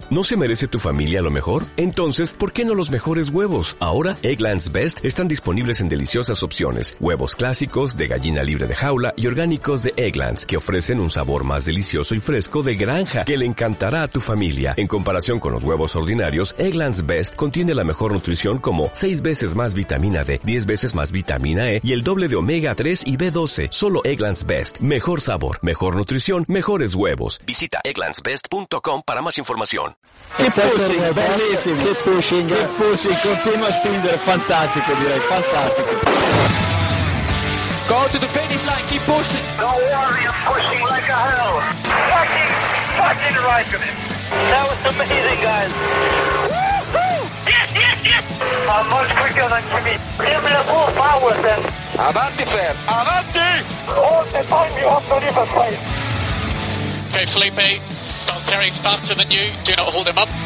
¿No se merece tu familia lo mejor? Entonces, ¿por qué no los mejores huevos? Ahora, Eggland's Best están disponibles en deliciosas opciones. Huevos clásicos, de gallina libre de jaula y orgánicos de Eggland's, que ofrecen un sabor más delicioso y fresco de granja que le encantará a tu familia. En comparación con los huevos ordinarios, Eggland's Best contiene la mejor nutrición como 6 veces más vitamina D, 10 veces más vitamina E y el doble de omega 3 y B12. Solo Eggland's Best. Mejor sabor, mejor nutrición, mejores huevos. Visita egglandsbest.com para más información. Keep pushing, bellissimo. Keep pushing, continua a spingere, fantastico direi, fantastico. Go to the finish line, keep pushing. Don't worry, I'm pushing like a hell. Fucking right of it. That was amazing, guys. Woo-hoo! Yes! I'm much quicker than Jimmy. Give me the full power then. Avanti, Fer. Avanti! All the time you have to leave a place. Okay, Felipe. Valtteri's faster than you. Do not hold him up.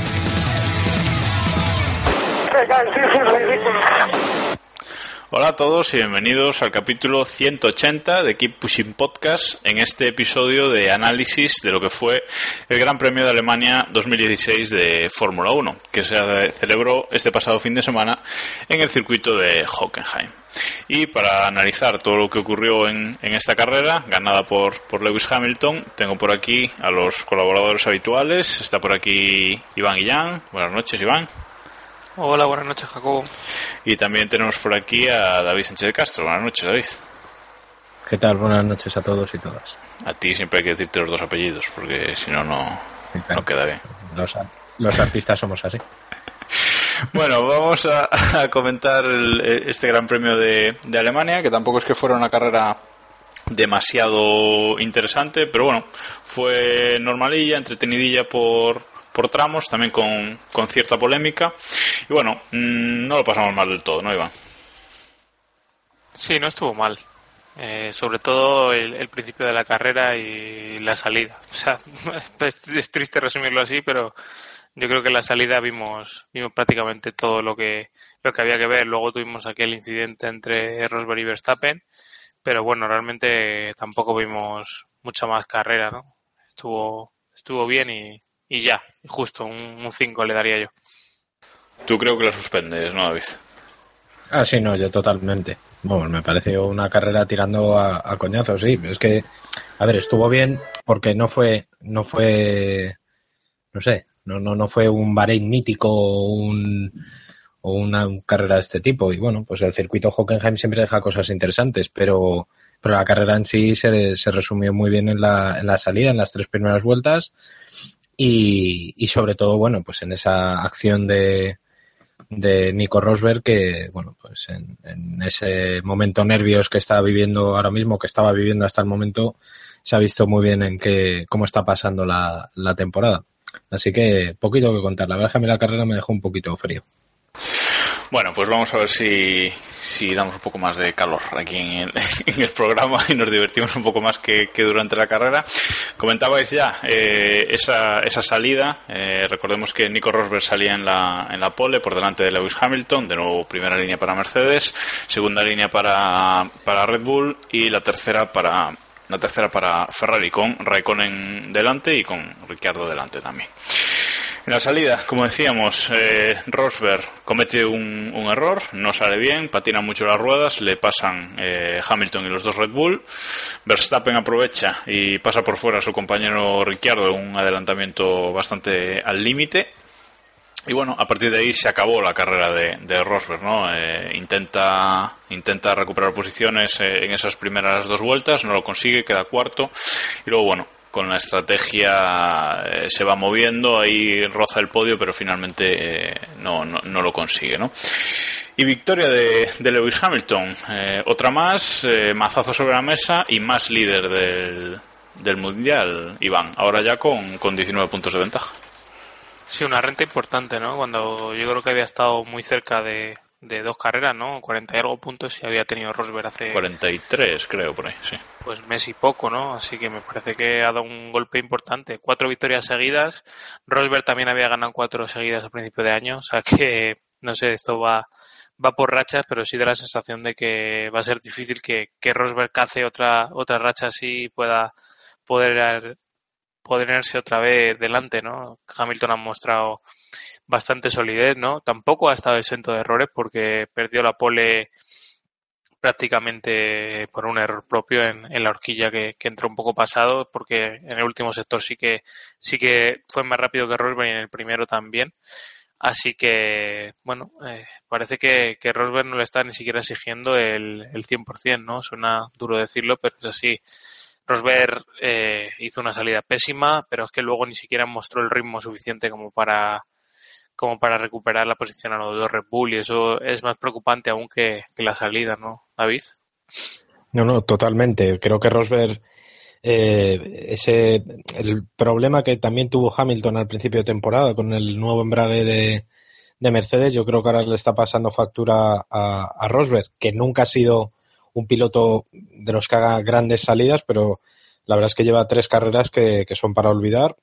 Hey guys, this is ridiculous. Hola a todos y bienvenidos al capítulo 180 de Keep Pushing Podcast, en este episodio de análisis de lo que fue el Gran Premio de Alemania 2016 de Fórmula 1, que se celebró este pasado fin de semana en el circuito de Hockenheim. Y para analizar todo lo que ocurrió en esta carrera, ganada por Lewis Hamilton, tengo por aquí a los colaboradores habituales. Está por aquí Iván Guillán. Buenas noches, Iván. Hola, buenas noches, Jacobo. Y también tenemos por aquí a David Sánchez de Castro. Buenas noches, David. ¿Qué tal? Buenas noches a todos y todas. A ti siempre hay que decirte los dos apellidos, porque si no, no queda bien. Los artistas somos así. Bueno, vamos a comentar este Gran Premio de Alemania, que tampoco es que fuera una carrera demasiado interesante, pero bueno, fue normalilla, entretenidilla por tramos, también con cierta polémica. Y bueno, no lo pasamos mal del todo, ¿no, Iván? Sí, no estuvo mal. Sobre todo el principio de la carrera y la salida. O sea, es triste resumirlo así, pero yo creo que en la salida vimos prácticamente todo lo que había que ver. Luego tuvimos aquel incidente entre Rosberg y Verstappen, pero bueno, realmente tampoco vimos mucha más carrera, ¿no? Estuvo bien y ya, justo un 5 le daría yo. Tú creo que la suspendes, ¿no, David? Ah, sí, no, yo totalmente. Bueno, me pareció una carrera tirando a coñazos, sí. Es que, a ver, estuvo bien porque no fue, no sé, no fue un Bahrein mítico o una carrera de este tipo. Y bueno, pues el circuito Hockenheim siempre deja cosas interesantes, pero la carrera en sí se resumió muy bien en la salida, en las 3 primeras vueltas. Y sobre todo, bueno, pues en esa acción de Nico Rosberg, que bueno, pues en ese momento nervios que estaba viviendo ahora mismo, que estaba viviendo hasta el momento, se ha visto muy bien cómo está pasando la temporada. Así que poquito que contar. La verdad es que a mí la carrera me dejó un poquito frío. Bueno, pues vamos a ver si damos un poco más de calor aquí en el programa y nos divertimos un poco más que durante la carrera. Comentabais ya esa salida. Recordemos que Nico Rosberg salía en la pole por delante de Lewis Hamilton. De nuevo, primera línea para Mercedes, segunda línea para Red Bull y la tercera para Ferrari, con Raikkonen delante y con Ricciardo delante también. En la salida, como decíamos, Rosberg comete un error, no sale bien, patina mucho las ruedas, le pasan Hamilton y los dos Red Bull. Verstappen aprovecha y pasa por fuera a su compañero Ricciardo, un adelantamiento bastante al límite. Y bueno, a partir de ahí se acabó la carrera de Rosberg, ¿no? Intenta recuperar posiciones en esas primeras 2 vueltas, no lo consigue, queda cuarto. Y luego, bueno, con la estrategia se va moviendo, ahí roza el podio, pero finalmente no lo consigue, ¿no? Y victoria de Lewis Hamilton, otra más, mazazo sobre la mesa y más líder del Mundial, Iván, ahora ya con 19 puntos de ventaja. Sí, una renta importante, ¿no? Cuando yo creo que había estado muy cerca de 2 carreras, ¿no? 40 y algo puntos y había tenido Rosberg hace 43, creo, por ahí, sí. Pues mes y poco, ¿no? Así que me parece que ha dado un golpe importante. 4 victorias seguidas. Rosberg también había ganado 4 seguidas a principio de año. O sea que, no sé, esto va por rachas, pero sí da la sensación de que va a ser difícil que Rosberg cace otra racha así y pueda poder ponerse otra vez delante, ¿no? Hamilton ha mostrado bastante solidez, ¿no? Tampoco ha estado exento de errores porque perdió la pole prácticamente por un error propio en la horquilla que entró un poco pasado, porque en el último sector sí que fue más rápido que Rosberg y en el primero también. Así que, bueno, parece que Rosberg no le está ni siquiera exigiendo el 100%, ¿no? Suena duro decirlo, pero es así. Rosberg hizo una salida pésima, pero es que luego ni siquiera mostró el ritmo suficiente como para recuperar la posición a los dos Red Bull, y eso es más preocupante aún que la salida, ¿no, David? No, totalmente. Creo que Rosberg, el problema que también tuvo Hamilton al principio de temporada con el nuevo embrague de Mercedes, yo creo que ahora le está pasando factura a Rosberg, que nunca ha sido un piloto de los que haga grandes salidas, pero la verdad es que lleva 3 carreras que son para olvidar.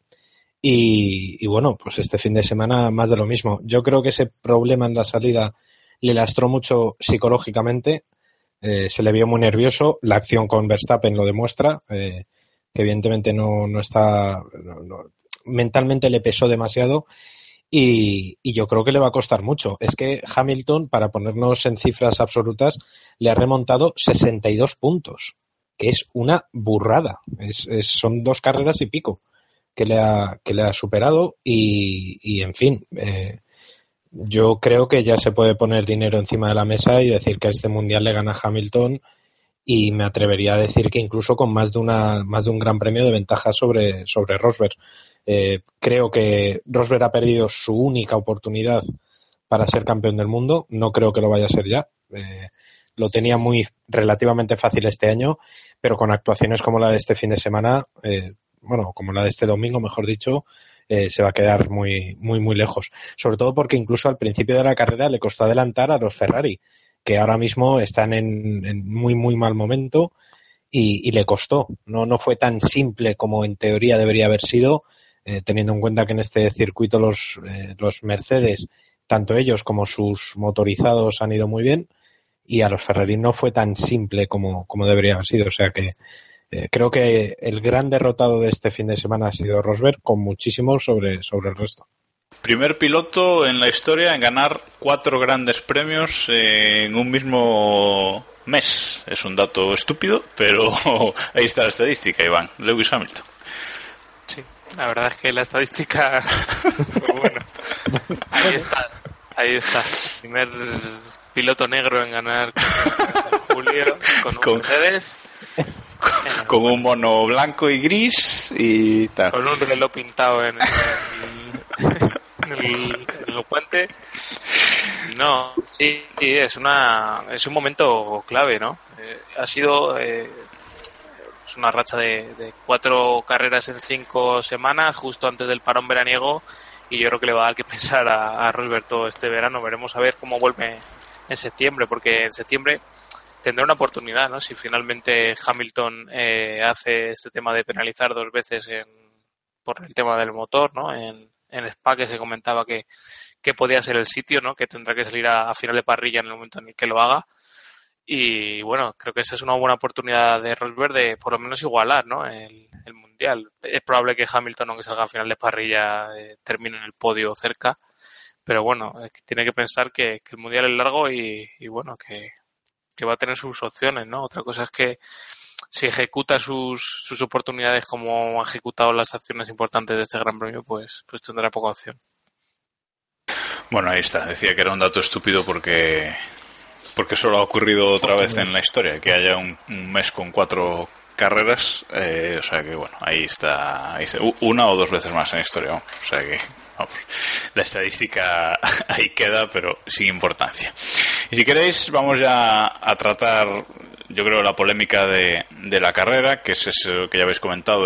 Y bueno, pues este fin de semana más de lo mismo. Yo creo que ese problema en la salida le lastró mucho psicológicamente, se le vio muy nervioso, la acción con Verstappen lo demuestra, que evidentemente no está, mentalmente le pesó demasiado y yo creo que le va a costar mucho. Es que Hamilton, para ponernos en cifras absolutas, le ha remontado 62 puntos, que es una burrada, son 2 carreras y pico que le ha superado y en fin, yo creo que ya se puede poner dinero encima de la mesa y decir que a este mundial le gana Hamilton, y me atrevería a decir que incluso con más de un gran premio de ventaja sobre Rosberg. Creo que Rosberg ha perdido su única oportunidad para ser campeón del mundo, no creo que lo vaya a ser ya. Lo tenía relativamente fácil este año, pero con actuaciones como la de este fin de semana, como la de este domingo, mejor dicho, se va a quedar muy, muy, muy lejos. Sobre todo porque incluso al principio de la carrera le costó adelantar a los Ferrari, que ahora mismo están en muy, muy mal momento y le costó. No fue tan simple como en teoría debería haber sido, teniendo en cuenta que en este circuito los Mercedes, tanto ellos como sus motorizados, han ido muy bien, y a los Ferrari no fue tan simple como debería haber sido. O sea que creo que el gran derrotado de este fin de semana ha sido Rosberg, con muchísimo sobre el resto. Primer piloto en la historia en ganar 4 grandes premios en un mismo mes. Es un dato estúpido, pero ahí está la estadística, Iván. Lewis Hamilton. Sí, la verdad es que la estadística... bueno, ahí está. Primer piloto negro en ganar en julio con un Mercedes. Con un mono blanco y gris y tal. Con un reloj pintado en el guante. No, sí, es un momento clave, ¿no? Ha sido es una racha de 4 carreras en 5 semanas, justo antes del parón veraniego, y yo creo que le va a dar que pensar a Rosberg todo este verano. Veremos a ver cómo vuelve en septiembre, porque en septiembre tendrá una oportunidad, ¿no? Si finalmente Hamilton hace este tema de penalizar 2 veces por el tema del motor, ¿no? En Spa, que se comentaba que podía ser el sitio, ¿no? Que tendrá que salir a final de parrilla en el momento en el que lo haga. Y bueno, creo que esa es una buena oportunidad de Rosberg de por lo menos igualar, ¿no? El mundial. Es probable que Hamilton, aunque salga a final de parrilla, termine en el podio cerca. Pero bueno, tiene que pensar que el mundial es largo y bueno, que va a tener sus opciones, ¿no? Otra cosa es que si ejecuta sus oportunidades como ha ejecutado las acciones importantes de este Gran Premio, pues tendrá poca opción. Bueno, ahí está. Decía que era un dato estúpido porque solo ha ocurrido otra vez en la historia, que haya un mes con 4 carreras. O sea que, bueno, ahí está. 1 o 2 veces más en la historia. ¿No? O sea que, vamos, la estadística ahí queda, pero sin importancia. Y si queréis, vamos ya a tratar, yo creo, la polémica de la carrera, que es eso que ya habéis comentado,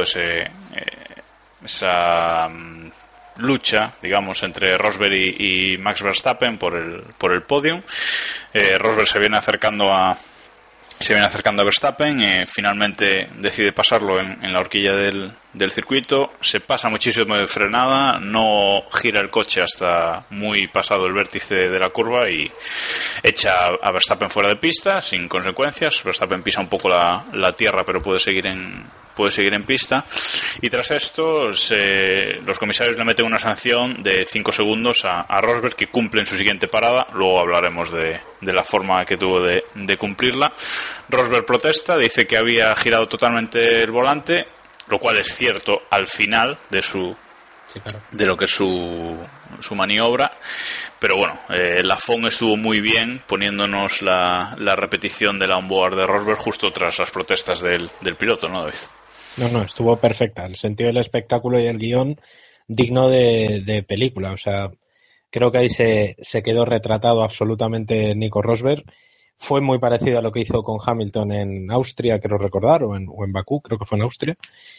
esa lucha, digamos, entre Rosberg y Max Verstappen por el podium. Rosberg se viene acercando a Verstappen, finalmente decide pasarlo en la horquilla del del circuito, se pasa muchísimo de frenada, no gira el coche hasta muy pasado el vértice de la curva y echa a Verstappen fuera de pista sin consecuencias. Verstappen pisa un poco la tierra, pero puede seguir en pista, y tras esto los comisarios le meten una sanción de 5 segundos a Rosberg, que cumple en su siguiente parada. Luego hablaremos de la forma que tuvo de cumplirla. Rosberg protesta, dice que había girado totalmente el volante, lo cual es cierto al final de lo que es su maniobra, pero bueno, la FOM estuvo muy bien poniéndonos la repetición de la onboard de Rosberg justo tras las protestas del piloto, ¿no, David? No, estuvo perfecta. El sentido del espectáculo y el guión digno de película. O sea, creo que ahí se quedó retratado absolutamente Nico Rosberg. Fue muy parecido a lo que hizo con Hamilton en Austria, creo recordar, o en Bakú, creo que fue en Austria.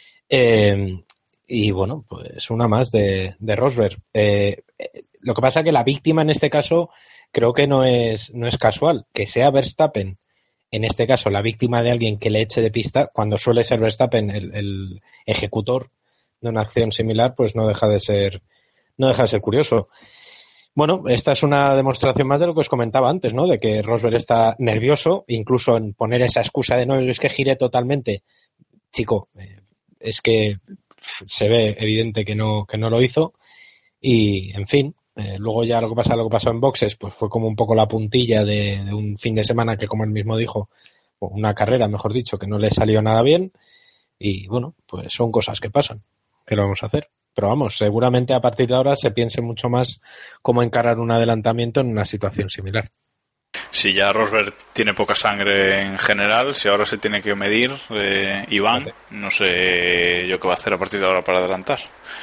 Y bueno, pues una más de Rosberg. Lo que pasa es que la víctima en este caso creo que no es casual. Que sea Verstappen, en este caso, la víctima de alguien que le eche de pista, cuando suele ser Verstappen el ejecutor de una acción similar, pues no deja de ser curioso. Bueno, esta es una demostración más de lo que os comentaba antes, ¿no? De que Rosberg está nervioso, incluso en poner esa excusa de no, es que giré totalmente. Chico, es que se ve evidente que no lo hizo, y en fin. Luego ya lo que pasó en boxes, pues fue como un poco la puntilla de un fin de semana que, como él mismo dijo, o una carrera, mejor dicho, que no le salió nada bien, y bueno, pues son cosas que pasan. ¿Qué lo vamos a hacer? Pero vamos, seguramente a partir de ahora se piense mucho más cómo encarar un adelantamiento en una situación similar. Si ya Rosberg tiene poca sangre en general, si ahora se tiene que medir, Iván, no sé yo qué va a hacer a partir de ahora para adelantar.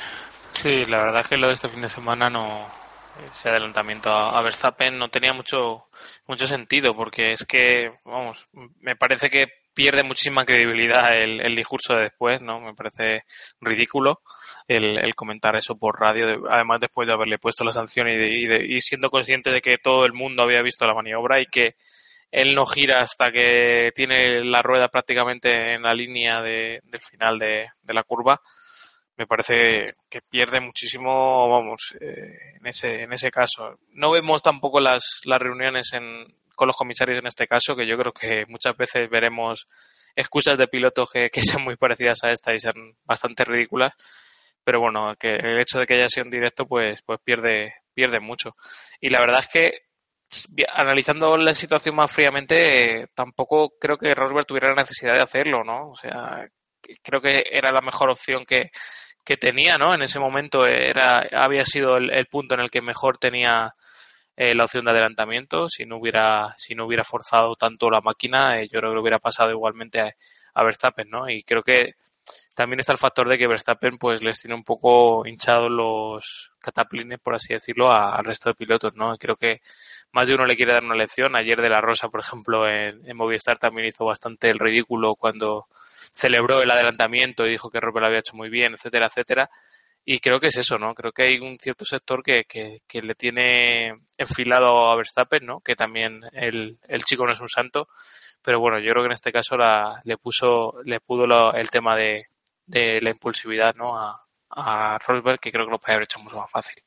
Sí, la verdad es que lo de este fin de semana ese adelantamiento a Verstappen no tenía mucho sentido, porque es que, vamos, me parece que pierde muchísima credibilidad el discurso de después, ¿no? Me parece ridículo el comentar eso por radio, además después de haberle puesto la sanción y siendo consciente de que todo el mundo había visto la maniobra y que él no gira hasta que tiene la rueda prácticamente en la línea del final de la curva. Me parece que pierde muchísimo, vamos, en ese caso. No vemos tampoco las reuniones con los comisarios en este caso, que yo creo que muchas veces veremos excusas de pilotos que sean muy parecidas a esta y sean bastante ridículas. Pero bueno, que el hecho de que haya sido en directo, pues pierde mucho. Y la verdad es que, analizando la situación más fríamente, tampoco creo que Rosberg tuviera la necesidad de hacerlo, ¿no? O sea, creo que era la mejor opción que tenía, ¿no? En ese momento había sido el punto en el que mejor tenía la opción de adelantamiento. Si no hubiera forzado tanto la máquina, yo creo que le hubiera pasado igualmente a Verstappen, ¿no? Y creo que también está el factor de que Verstappen pues les tiene un poco hinchados los cataplines, por así decirlo, al resto de pilotos, ¿no? Y creo que más de uno le quiere dar una lección. Ayer De La Rosa, por ejemplo, en Movistar también hizo bastante el ridículo cuando celebró el adelantamiento y dijo que Rosberg lo había hecho muy bien, etcétera, etcétera. Y creo que es eso, ¿no? Creo que hay un cierto sector que le tiene enfilado a Verstappen, ¿no? Que también el chico no es un santo. Pero bueno, yo creo que en este caso le pudo el tema de la impulsividad, ¿no? A Rosberg, que creo que lo puede haber hecho mucho más fácil.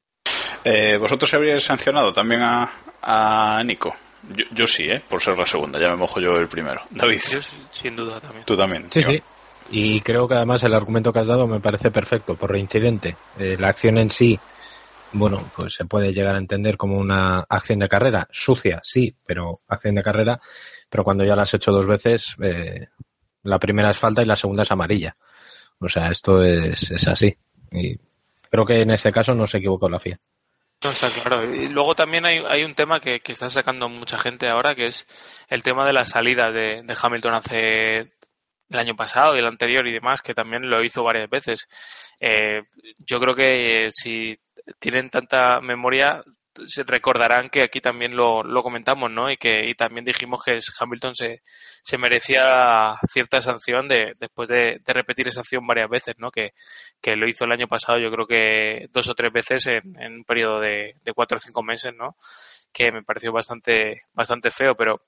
¿Vosotros habríais sancionado también a Nico? Yo sí, por ser la segunda, ya me mojo yo el primero. David. Yo sin duda también. Tú también. Sí, sí. Y creo que además el argumento que has dado me parece perfecto, por reincidente. La acción en sí, bueno, pues se puede llegar a entender como una acción de carrera. Sucia, sí, pero acción de carrera. Pero cuando ya la has hecho 2 veces, la primera es falta y la segunda es amarilla. O sea, esto es así. Y creo que en este caso no se equivocó la FIA. No, está claro. Y luego también hay un tema que está sacando mucha gente ahora, que es el tema de la salida de Hamilton hace el año pasado y el anterior y demás, que también lo hizo varias veces. Yo creo que si tienen tanta memoria, se recordarán que aquí también lo comentamos, ¿no? Y también dijimos que Hamilton se merecía cierta sanción después de repetir esa acción varias veces, ¿no? Que lo hizo el año pasado, yo creo que 2 o 3 veces en un periodo de 4 o 5 meses, ¿no? Que me pareció bastante feo, pero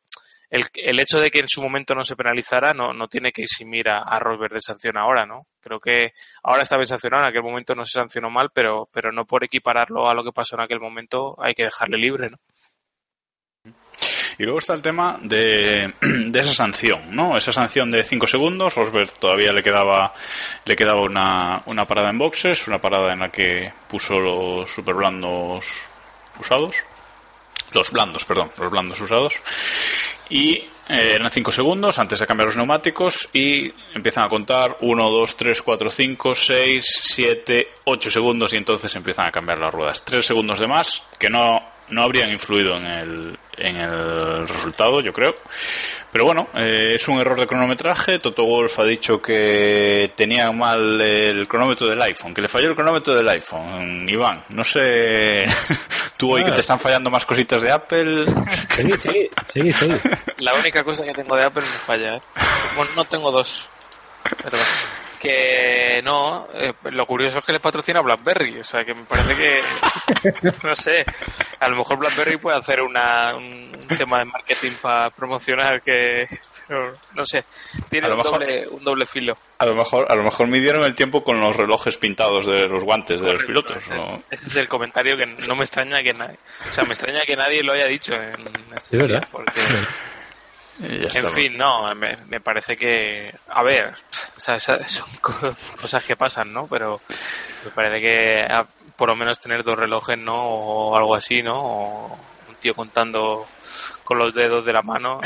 el hecho de que en su momento no se penalizara no tiene que eximir a Rosberg de sanción ahora, ¿no? Creo que ahora está bien sancionado, en aquel momento no se sancionó mal, pero no por equipararlo a lo que pasó en aquel momento hay que dejarle libre, ¿no? Y luego está el tema de esa sanción, ¿no? Esa sanción de 5 segundos. Rosberg todavía le quedaba una parada en boxes, una parada en la que puso los super blandos usados. Los blandos usados. Y eran 5 segundos antes de cambiar los neumáticos y empiezan a contar 1, 2, 3, 4, 5, 6, 7, 8 segundos y entonces empiezan a cambiar las ruedas. 3 segundos de más que no habrían influido en el resultado, yo creo. Pero bueno, es un error de cronometraje. Toto Wolff ha dicho que tenía mal el cronómetro del iPhone, que le falló el cronómetro del iPhone. Iván, no sé, tú hoy que te están fallando más cositas de Apple. Sí. La única cosa que tengo de Apple me falla, ¿eh? Bueno, no tengo dos. Perdón. Que no, lo curioso es que les patrocina BlackBerry, o sea que me parece que no sé, a lo mejor BlackBerry puede hacer un tema de marketing para promocionar que, pero no sé, tiene un doble filo. A lo mejor midieron el tiempo con los relojes pintados de los guantes de los pilotos, ¿no? Ese es el comentario que no me extraña que nadie, o sea, me extraña que nadie lo haya dicho en este ¿verdad? Porque en fin, no, me parece que, a ver, o sea, son cosas que pasan, ¿no? Pero me parece que por lo menos tener 2 relojes, ¿no? O algo así, ¿no? O un tío contando con los dedos de la mano.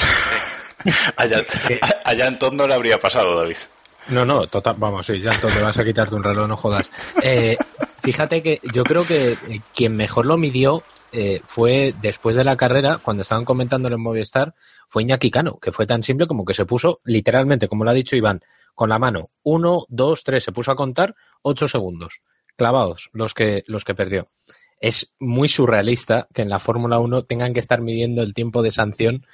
Allá en Todd no le habría pasado, David. No, total, vamos, sí, ya entonces vas a quitarte un reloj, no jodas. Fíjate que yo creo que quien mejor lo midió fue después de la carrera, cuando estaban comentándolo en Movistar, fue Iñaki Cano, que fue tan simple como que se puso, literalmente, como lo ha dicho Iván, con la mano, 1, 2, 3, se puso a contar 8 segundos, clavados, los que perdió. Es muy surrealista que en la Fórmula 1 tengan que estar midiendo el tiempo de sanción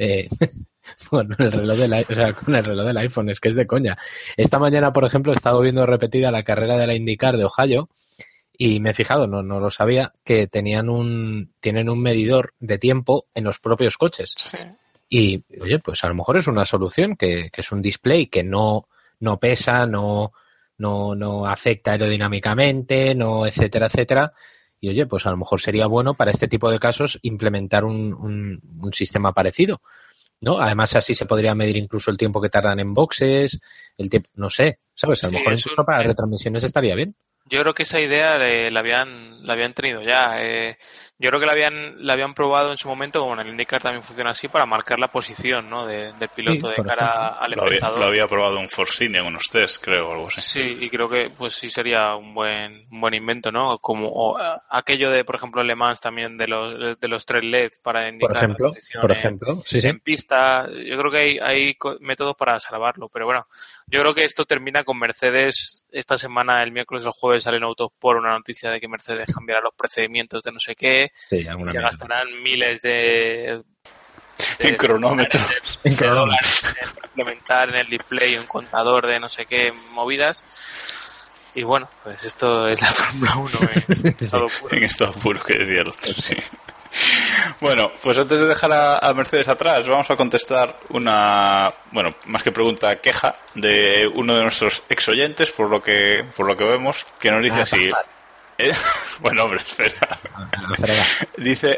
con el reloj del iPhone, es que es de coña. Esta mañana, por ejemplo, he estado viendo repetida la carrera de la IndyCar de Ohio y me he fijado, no lo sabía, que tienen un medidor de tiempo en los propios coches. Sí. Y, oye, pues a lo mejor es una solución que es un display que no pesa, no afecta aerodinámicamente, no etcétera, etcétera. Y, oye, pues a lo mejor sería bueno para este tipo de casos implementar un sistema parecido, ¿no? Además, así se podría medir incluso el tiempo que tardan en boxes, el tiempo, no sé, ¿sabes? A lo mejor incluso para retransmisiones estaría bien. Yo creo que esa idea la habían tenido ya. Yo creo que la habían probado en su momento, como en el IndyCar también funciona así, para marcar la posición, ¿no, del piloto de cara al espectador. Lo había probado un Force India en unos test, creo, o algo así. Sí, y creo que pues sí sería un buen invento, ¿no? Como aquello de, por ejemplo, en Le Mans también de los 3 LED para indicar la posición por ejemplo, sí. En pista. Yo creo que hay métodos para salvarlo, pero bueno, yo creo que esto termina con Mercedes. Esta semana, el miércoles o el jueves, sale en Autosport una noticia de que Mercedes cambiará los procedimientos de no sé qué. Sí, se gastarán miles de cronómetros. En dólares en implementar en el display un contador de no sé qué movidas. Y bueno, pues esto es la Fórmula 1 en estado puro. En estado puro, que decía el otro, sí. Bueno, pues antes de dejar a Mercedes atrás, vamos a contestar una, bueno, más que pregunta, queja de uno de nuestros ex oyentes, por lo que vemos, que nos dice así. Bueno, hombre, espera. Dice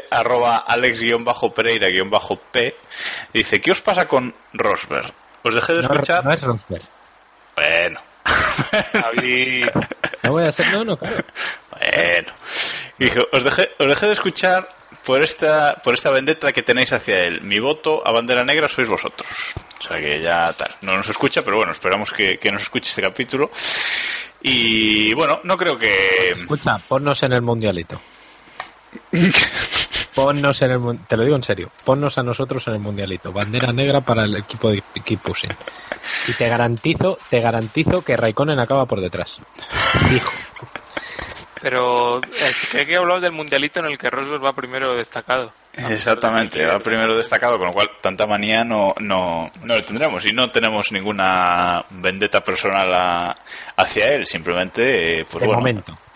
@Alex_Pereira_P. Dice, ¿qué os pasa con Rosberg? ¿Os dejé de escuchar? No es Rosberg. Bueno. No voy a hacer, no, claro. Bueno. Dijo, os dejé de escuchar por esta vendetta que tenéis hacia él. Mi voto a bandera negra sois vosotros. O sea que ya tal. No nos escucha, pero bueno, esperamos que nos escuche este capítulo. Y bueno, no creo que... Escucha, ponnos en el mundialito. Ponnos en el... Te lo digo en serio. Ponnos a nosotros en el mundialito. Bandera negra para el equipo de Keep Pushing. Y te garantizo que Raikkonen acaba por detrás. Hijo. Pero hay que hablar del mundialito en el que Rosberg va primero destacado. Exactamente, va primero destacado, con lo cual tanta manía no le tendremos y no tenemos ninguna vendetta personal hacia él, simplemente pues de bueno, momento.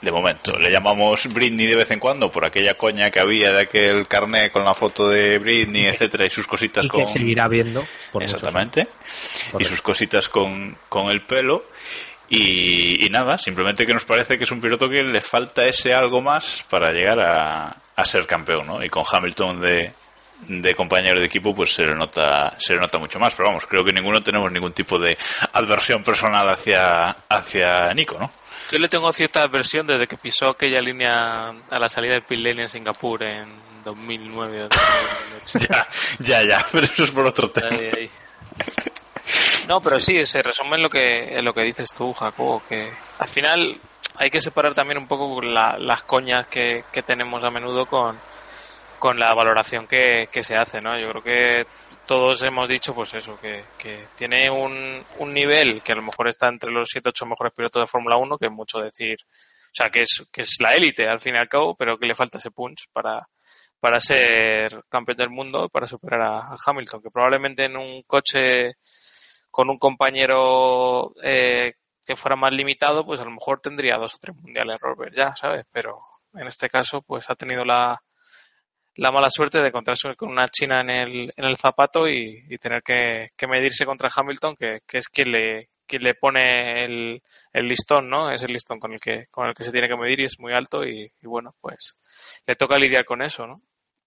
De momento. Le llamamos Britney de vez en cuando por aquella coña que había de aquel carnet con la foto de Britney, etcétera, y sus cositas y que seguirá viendo. Exactamente. Y sus cositas con el pelo. Y nada, simplemente que nos parece que es un piloto que le falta ese algo más para llegar a ser campeón, ¿no? Y con Hamilton de compañero de equipo pues se le nota mucho más, pero vamos, creo que ninguno tenemos ningún tipo de adversión personal hacia Nico, ¿no? Yo le tengo cierta adversión desde que pisó aquella línea a la salida del pit lane en Singapur en 2009 o 2008. ya, pero eso es por otro tema. Ahí. No, pero sí, se resume en lo que dices tú, Jacobo, que al final hay que separar también un poco las coñas que tenemos a menudo con la valoración que se hace, ¿no? Yo creo que todos hemos dicho pues eso, que tiene un nivel que a lo mejor está entre los 7-8 mejores pilotos de Fórmula 1, que es mucho decir, o sea, que es la élite al fin y al cabo, pero que le falta ese punch para ser campeón del mundo, para superar a Hamilton, que probablemente en un coche con un compañero que fuera más limitado, pues a lo mejor tendría 2 o 3 mundiales Rosberg ya, ¿sabes? Pero en este caso pues ha tenido la mala suerte de encontrarse con una china en el zapato y tener que medirse contra Hamilton, que es quien le pone el listón, ¿no? Es el listón con el que se tiene que medir y es muy alto y bueno, pues le toca lidiar con eso, ¿no?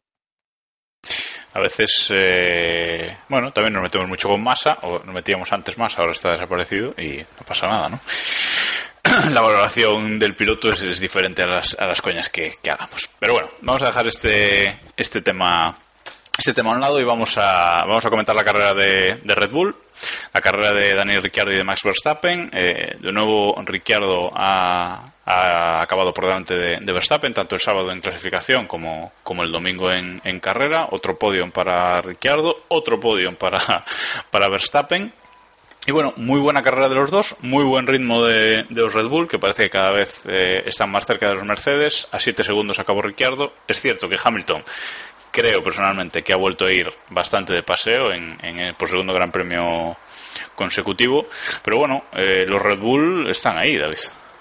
A veces, también nos metemos mucho con Massa, o nos metíamos antes Massa, ahora está desaparecido y no pasa nada, ¿no? La valoración del piloto es diferente a las coñas que hagamos. Pero bueno, vamos a dejar este tema a un lado y vamos a comentar la carrera de Red Bull, la carrera de Daniel Ricciardo y de Max Verstappen. De nuevo, Ricciardo ha acabado por delante de Verstappen, tanto el sábado en clasificación como el domingo en carrera. Otro podium para Ricciardo, otro podium para Verstappen. Y bueno, muy buena carrera de los dos, muy buen ritmo de los Red Bull, que parece que cada vez están más cerca de los Mercedes. A 7 segundos acabó Ricciardo. Es cierto que Hamilton, creo personalmente que ha vuelto a ir bastante de paseo por segundo Gran Premio consecutivo. Pero bueno, los Red Bull están ahí, David.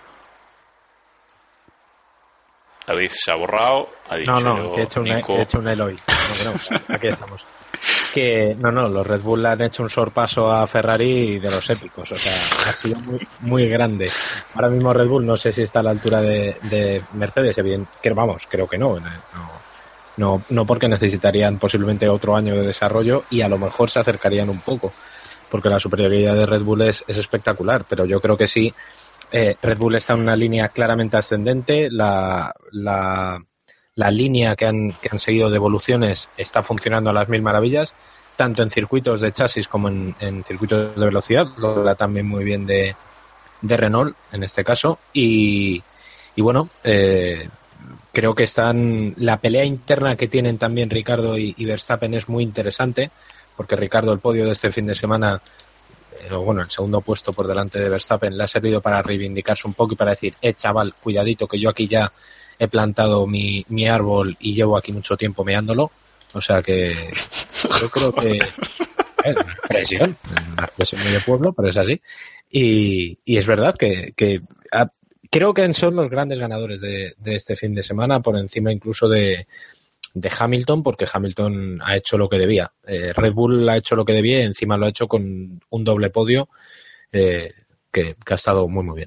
David se ha borrado, ha dicho... No, que he hecho un Eloy. No, aquí estamos. Que los Red Bull han hecho un sorpaso a Ferrari de los épicos, o sea, ha sido muy, muy grande. Ahora mismo Red Bull no sé si está a la altura de Mercedes, creo que no, porque necesitarían posiblemente otro año de desarrollo y a lo mejor se acercarían un poco, porque la superioridad de Red Bull es espectacular, pero yo creo que sí, Red Bull está en una línea claramente ascendente, la línea que han seguido de evoluciones está funcionando a las mil maravillas, tanto en circuitos de chasis como en circuitos de velocidad, lo habla también muy bien de Renault en este caso, y bueno, creo que la pelea interna que tienen también Ricciardo y Verstappen es muy interesante, porque Ricciardo, el podio de este fin de semana, el segundo puesto por delante de Verstappen, le ha servido para reivindicarse un poco y para decir, chaval, cuidadito que yo aquí ya he plantado mi árbol y llevo aquí mucho tiempo meándolo. O sea que yo creo que es una expresión muy de pueblo, pero es así. Y es verdad que creo que son los grandes ganadores de este fin de semana, por encima incluso de Hamilton, porque Hamilton ha hecho lo que debía. Red Bull ha hecho lo que debía y encima lo ha hecho con un doble podio que ha estado muy, muy bien.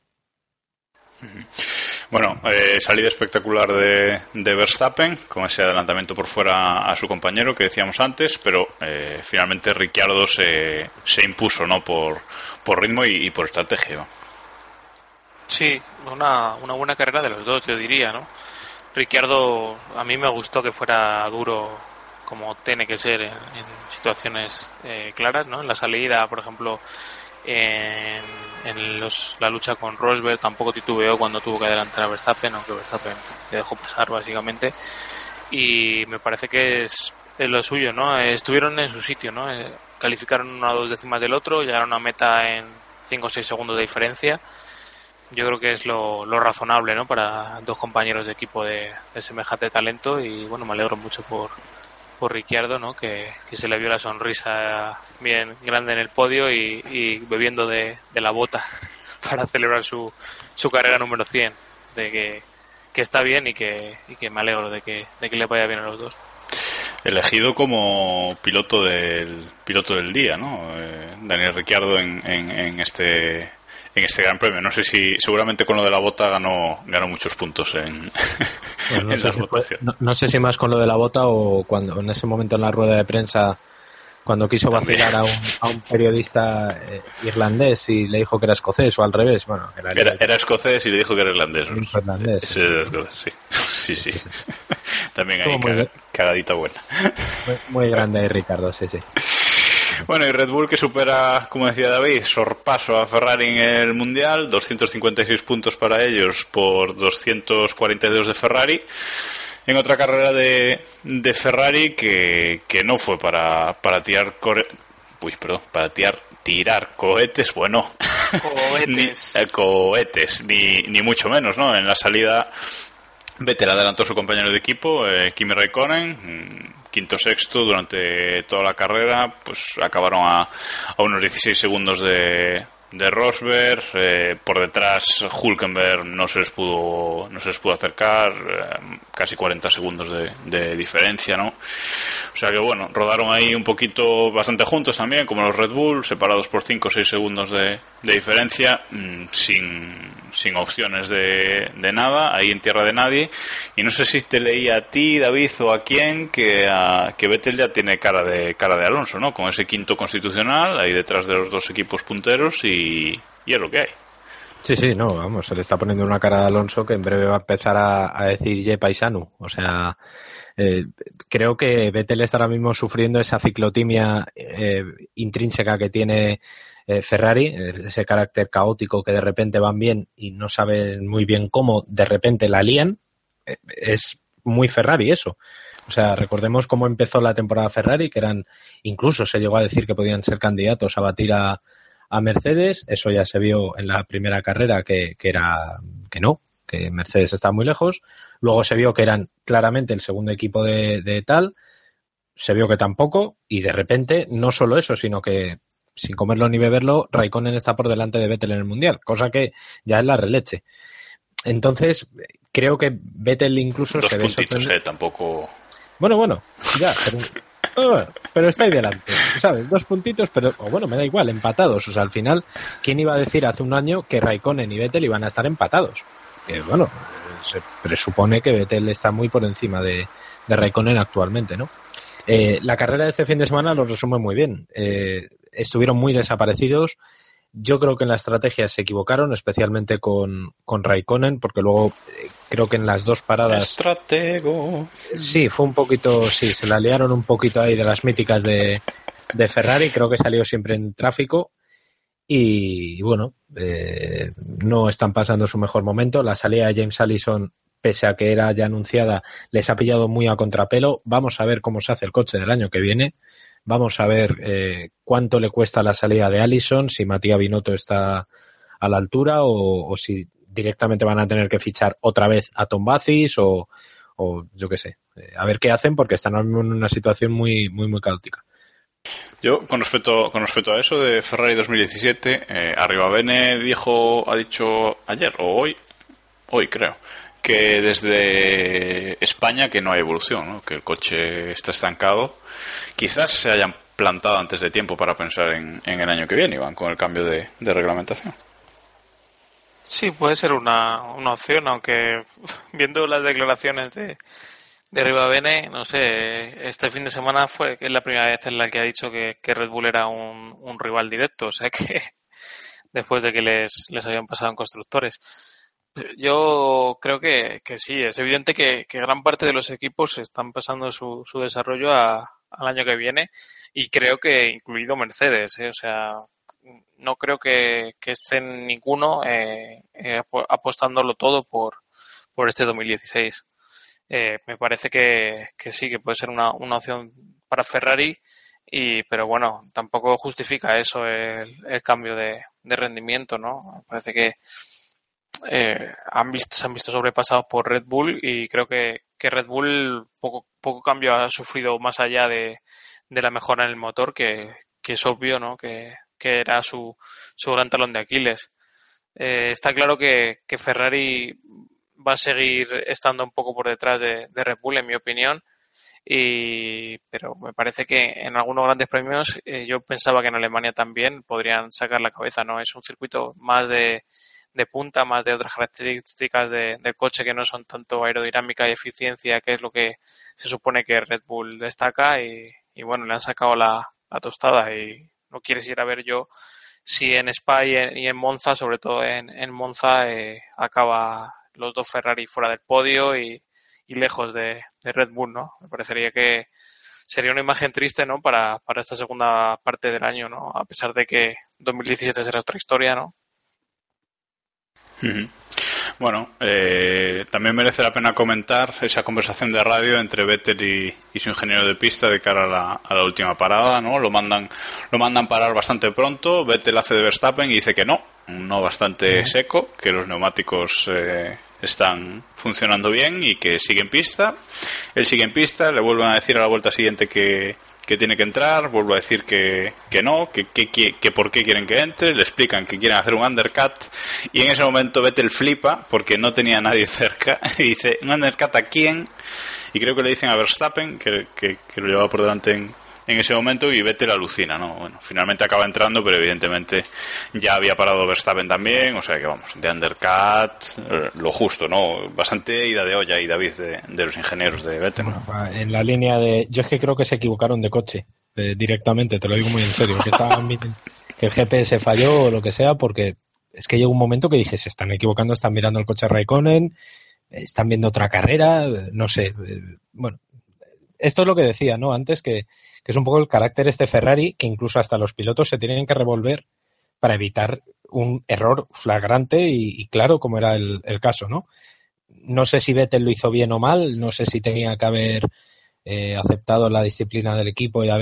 Bueno, salida espectacular de Verstappen, con ese adelantamiento por fuera a su compañero que decíamos antes, pero finalmente Ricciardo se impuso, ¿no? Por ritmo y por estrategia. Sí, una buena carrera de los dos, yo diría, ¿no? Ricciardo, a mí me gustó que fuera duro como tiene que ser en situaciones claras, ¿no? En la salida, por ejemplo, la lucha con Rosberg tampoco titubeó cuando tuvo que adelantar a Verstappen, aunque Verstappen le dejó pasar básicamente, y me parece que es lo suyo, ¿no? Estuvieron en su sitio, ¿no? Calificaron 1 o 2 décimas del otro, llegaron a meta en 5 o 6 segundos de diferencia. Yo creo que es lo razonable, ¿no? Para dos compañeros de equipo de semejante talento, y bueno, me alegro mucho por Ricciardo, ¿no? Que se le vio la sonrisa bien grande en el podio y bebiendo de la bota para celebrar su carrera número 100. que está bien y que me alegro de que le vaya bien a los dos. Elegido como piloto del día, ¿no? Daniel Ricciardo en este Gran Premio. No sé si seguramente con lo de la bota ganó muchos puntos en la votación. No sé si más con lo de la bota o cuando en ese momento en la rueda de prensa, cuando quiso vacilar a un periodista irlandés y le dijo que era escocés o al revés. Bueno, era escocés y le dijo que era irlandés. Irlandés. Era escocés, sí. También hay cagadita buena. Muy grande Ricardo, sí. Bueno, y Red Bull que supera, como decía David, sorpaso a Ferrari en el Mundial, 256 puntos para ellos por 242 de Ferrari. En otra carrera de Ferrari que no fue para tirar cohetes, bueno, cohetes, ni mucho menos, ¿no? En la salida Vettel adelantó a su compañero de equipo, Kimi Raikkonen, quinto sexto durante toda la carrera, pues acabaron a unos 16 segundos de Rosberg, por detrás Hülkenberg no se les pudo acercar, casi 40 segundos de diferencia, ¿no? O sea que bueno, rodaron ahí un poquito bastante juntos también, como los Red Bull, separados por 5 o 6 segundos de diferencia, sin opciones de nada, ahí en tierra de nadie. Y no sé si te leí a ti, David, o a quién, que Vettel ya tiene cara de Alonso, ¿no? Con ese quinto constitucional ahí detrás de los dos equipos punteros y es lo que hay. Sí, no, vamos, se le está poniendo una cara a Alonso que en breve va a empezar a decir ye paisano. O sea, creo que Vettel está ahora mismo sufriendo esa ciclotimia intrínseca que tiene Ferrari, ese carácter caótico que de repente van bien y no saben muy bien cómo de repente la lían. Es muy Ferrari eso. O sea, recordemos cómo empezó la temporada Ferrari, que incluso se llegó a decir que podían ser candidatos a batir a Mercedes. Eso ya se vio en la primera carrera que Mercedes está muy lejos. Luego se vio que eran claramente el segundo equipo de tal. Se vio que tampoco, y de repente no solo eso, sino que sin comerlo ni beberlo, Raikkonen está por delante de Vettel en el Mundial, cosa que ya es la releche. Entonces, creo que Vettel incluso dos se ve puntitos, tampoco. Bueno, ya, pero está ahí delante, ¿sabes? 2 puntitos, pero bueno, me da igual, empatados. O sea, al final, ¿quién iba a decir hace un año que Raikkonen y Vettel iban a estar empatados? Bueno, se presupone que Vettel está muy por encima de Raikkonen actualmente, ¿no? La carrera de este fin de semana lo resume muy bien. Estuvieron muy desaparecidos. Yo creo que en la estrategia se equivocaron, especialmente con Raikkonen, porque luego creo que en las dos paradas... Estratego. Sí, fue un poquito... Sí, se la liaron un poquito ahí de las míticas de Ferrari. Creo que salió siempre en tráfico. Y bueno, no están pasando su mejor momento. La salida de James Allison, pese a que era ya anunciada, les ha pillado muy a contrapelo. Vamos a ver cómo se hace el coche del año que viene. Vamos a ver cuánto le cuesta la salida de Allison, si Matías Binotto está a la altura o si directamente van a tener que fichar otra vez a Tom Bathis o yo qué sé. A ver qué hacen, porque están ahora mismo en una situación muy, muy, muy caótica. Yo, con respecto a eso de Ferrari 2017, Arribabene ha dicho ayer o hoy creo, que desde España que no hay evolución, ¿no? Que el coche está estancado. Quizás se hayan plantado antes de tiempo para pensar en el año que viene, Iván, con el cambio de reglamentación. Sí, puede ser una opción, aunque viendo las declaraciones de Arribabene, no sé, este fin de semana es la primera vez en la que ha dicho que Red Bull era un rival directo, o sea que después de que les habían pasado en constructores. Yo creo que sí, es evidente que gran parte de los equipos están pasando su desarrollo al año que viene, y creo que incluido Mercedes, o sea, no creo que estén ninguno apostándolo todo por este 2016. Me parece que sí, que puede ser una opción para Ferrari, pero bueno, tampoco justifica eso el cambio de rendimiento, ¿no? Me parece que se han visto sobrepasados por Red Bull, y creo que Red Bull poco cambio ha sufrido más allá de la mejora en el motor, que es obvio, ¿no? Que era su gran talón de Aquiles. Está claro que Ferrari va a seguir estando un poco por detrás de Red Bull, en mi opinión. Pero me parece que en algunos grandes premios yo pensaba que en Alemania también podrían sacar la cabeza, ¿no? Es un circuito más de punta, más de otras características del coche que no son tanto aerodinámica y eficiencia, que es lo que se supone que Red Bull destaca, y bueno, le han sacado la tostada, y no quisiera ver yo si en Spa y en Monza, sobre todo en Monza, acaba los dos Ferrari fuera del podio y lejos de Red Bull, ¿no? Me parecería que sería una imagen triste, ¿no? Para esta segunda parte del año, ¿no? A pesar de que 2017 será otra historia, ¿no? Bueno, también merece la pena comentar esa conversación de radio entre Vettel y su ingeniero de pista de cara a la última parada, ¿no? Lo mandan parar bastante pronto. Vettel hace de Verstappen y dice que no bastante seco, que los neumáticos están funcionando bien y que sigue en pista. Él sigue en pista, le vuelven a decir a la vuelta siguiente que tiene que entrar, vuelve a decir que no, que por qué quieren que entre, le explican que quieren hacer un undercut, y en ese momento Vettel flipa porque no tenía a nadie cerca y dice, ¿un undercut a quién? Y creo que le dicen a Verstappen que lo llevaba por delante en ese momento, y Vettel alucina, ¿no? Bueno, finalmente acaba entrando, pero evidentemente ya había parado Verstappen también, o sea que vamos, de undercut, lo justo, ¿no? Bastante ida de olla y David de los ingenieros de Vettel, ¿no? En la línea de... Yo es que creo que se equivocaron de coche, directamente, te lo digo muy en serio, que el GPS falló o lo que sea, porque es que llegó un momento que dije, se están equivocando, están mirando el coche Raikkonen, están viendo otra carrera, no sé, bueno, esto es lo que decía, ¿no? Antes que es un poco el carácter Ferrari, que incluso hasta los pilotos se tienen que revolver para evitar un error flagrante y claro, como era el caso, ¿no? No sé si Vettel lo hizo bien o mal, no sé si tenía que haber aceptado la disciplina del equipo y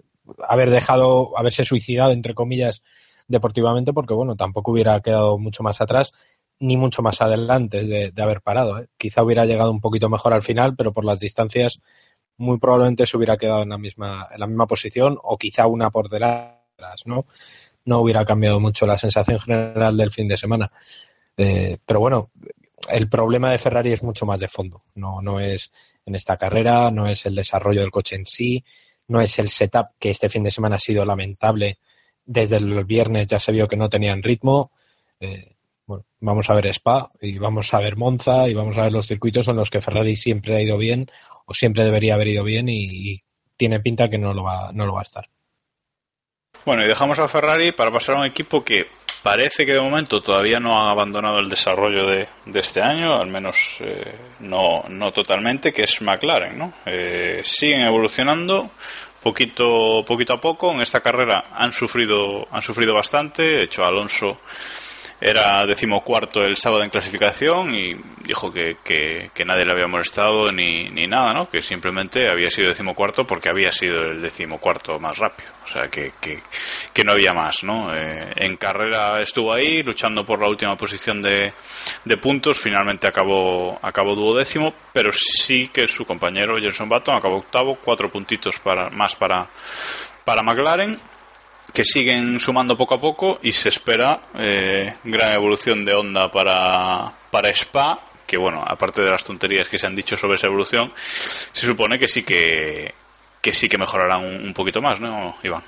haberse suicidado, entre comillas, deportivamente, porque bueno, tampoco hubiera quedado mucho más atrás ni mucho más adelante de haber parado, ¿eh? Quizá hubiera llegado un poquito mejor al final, pero por las distancias muy probablemente se hubiera quedado en la misma posición, o quizá una por detrás, ¿no? No hubiera cambiado mucho la sensación general del fin de semana. Pero bueno, el problema de Ferrari es mucho más de fondo. No es en esta carrera, no es el desarrollo del coche en sí, no es el setup, que este fin de semana ha sido lamentable. Desde el viernes ya se vio que no tenían ritmo. Bueno, vamos a ver Spa y vamos a ver Monza y vamos a ver los circuitos en los que Ferrari siempre ha ido bien, o siempre debería haber ido bien, y tiene pinta que no lo va a estar. Bueno, y dejamos a Ferrari para pasar a un equipo que parece que de momento todavía no ha abandonado el desarrollo de este año, al menos no totalmente, que es McLaren, ¿no? Siguen evolucionando poquito a poco. En esta carrera han sufrido bastante. De hecho, Alonso era 14º el sábado en clasificación y dijo que nadie le había molestado ni nada, ¿no? Que simplemente había sido 14º porque había sido el 14º más rápido. O sea, que no había más, ¿no? En carrera estuvo ahí luchando por la última posición de puntos. Finalmente acabó 12º, pero sí que su compañero Jenson Button acabó 8º, 4 puntitos más para McLaren, que siguen sumando poco a poco, y se espera gran evolución de Honda para Spa, que bueno, aparte de las tonterías que se han dicho sobre esa evolución, se supone que sí que mejorarán un poquito más, ¿no, Iván?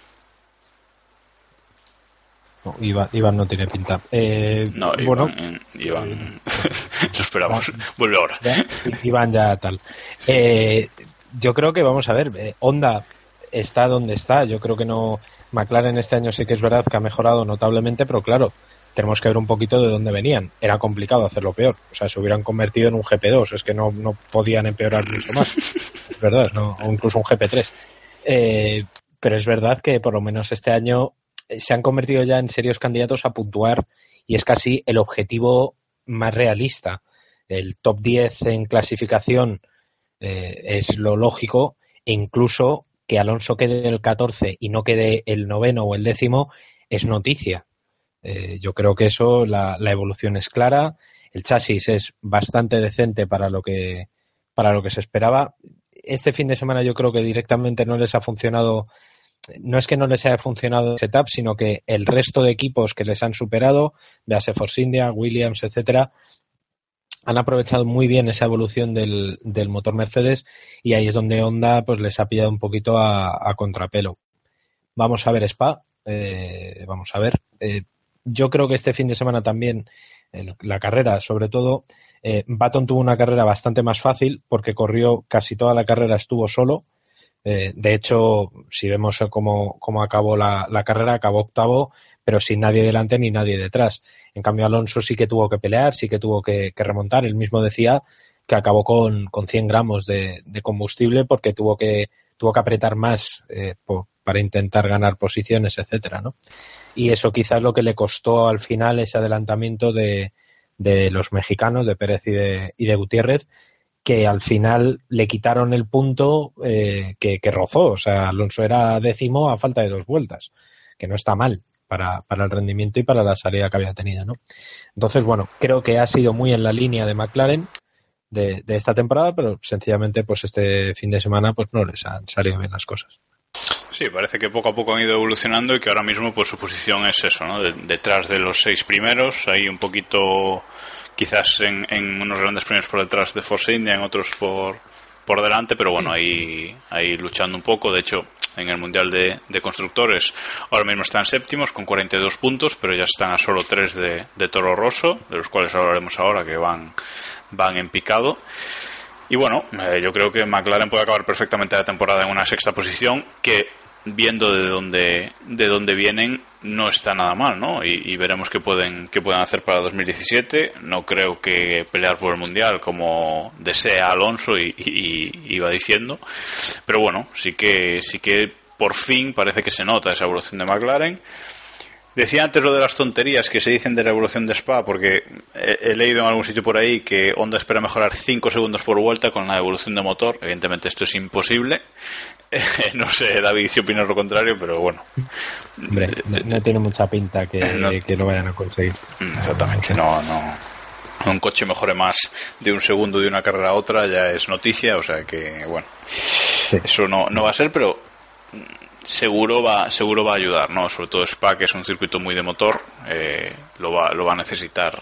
No, Iván no tiene pinta. No, Iván lo esperamos. Vuelve ahora. Iván ya tal. Yo creo que, vamos a ver, Honda está donde está. Yo creo que no... McLaren este año sí que es verdad que ha mejorado notablemente, pero claro, tenemos que ver un poquito de dónde venían. Era complicado hacerlo peor. O sea, se hubieran convertido en un GP2. Es que no podían empeorar mucho más. Es verdad, no, o incluso un GP3. Pero es verdad que por lo menos este año se han convertido ya en serios candidatos a puntuar, y es casi el objetivo más realista. El top 10 en clasificación es lo lógico, e incluso que Alonso quede el 14 y no quede el 9º o el 10º es noticia. Yo creo que eso, la evolución es clara. El chasis es bastante decente para lo que se esperaba. Este fin de semana yo creo que directamente no les ha funcionado. No es que no les haya funcionado el setup, sino que el resto de equipos que les han superado, véase Force India, Williams, etcétera, han aprovechado muy bien esa evolución del motor Mercedes, y ahí es donde Honda pues les ha pillado un poquito a contrapelo. Vamos a ver Spa, vamos a ver. Yo creo que este fin de semana también, la carrera sobre todo, Button tuvo una carrera bastante más fácil porque corrió casi toda la carrera, estuvo solo. De hecho, si vemos cómo acabó la carrera, acabó octavo, pero sin nadie delante ni nadie detrás. En cambio, Alonso sí que tuvo que pelear, sí que tuvo que remontar. Él mismo decía que acabó con 100 gramos de combustible porque tuvo que apretar más para intentar ganar posiciones, etcétera, ¿no? Y eso quizás es lo que le costó al final ese adelantamiento de los mexicanos, de Pérez y de Gutiérrez, que al final le quitaron el punto que rozó. O sea, Alonso era 10º a falta de 2 vueltas, que no está mal para el rendimiento y para la salida que había tenido, ¿no? Entonces, bueno, creo que ha sido muy en la línea de McLaren de esta temporada, pero sencillamente pues este fin de semana pues no les han salido bien las cosas. Sí, parece que poco a poco han ido evolucionando y que ahora mismo pues su posición es eso, ¿no? Detrás de los 6 primeros, ahí un poquito quizás en unos grandes premios por detrás de Force India, en otros por delante, pero bueno, ahí luchando un poco. De hecho, en el Mundial de Constructores ahora mismo están séptimos con 42 puntos, pero ya están a solo 3 de Toro Rosso, de los cuales hablaremos ahora, que van en picado. Y bueno, yo creo que McLaren puede acabar perfectamente la temporada en una 6ª posición, que viendo de dónde vienen no está nada mal, ¿no? Y veremos qué pueden hacer para 2017. No creo que pelear por el Mundial como desea Alonso y iba diciendo, pero bueno, sí que por fin parece que se nota esa evolución de McLaren. Decía antes lo de las tonterías que se dicen de la evolución de Spa, porque he leído en algún sitio por ahí que Honda espera mejorar 5 segundos por vuelta con la evolución de motor. Evidentemente esto es imposible. No sé, David, si opinas lo contrario, pero bueno. Hombre, no tiene mucha pinta que lo vayan a conseguir. Exactamente, no. Un coche mejore más de un segundo de una carrera a otra ya es noticia, o sea que, bueno, sí. Eso no va a ser, pero seguro va a ayudar, ¿no? Sobre todo Spa, que es un circuito muy de motor, lo va a necesitar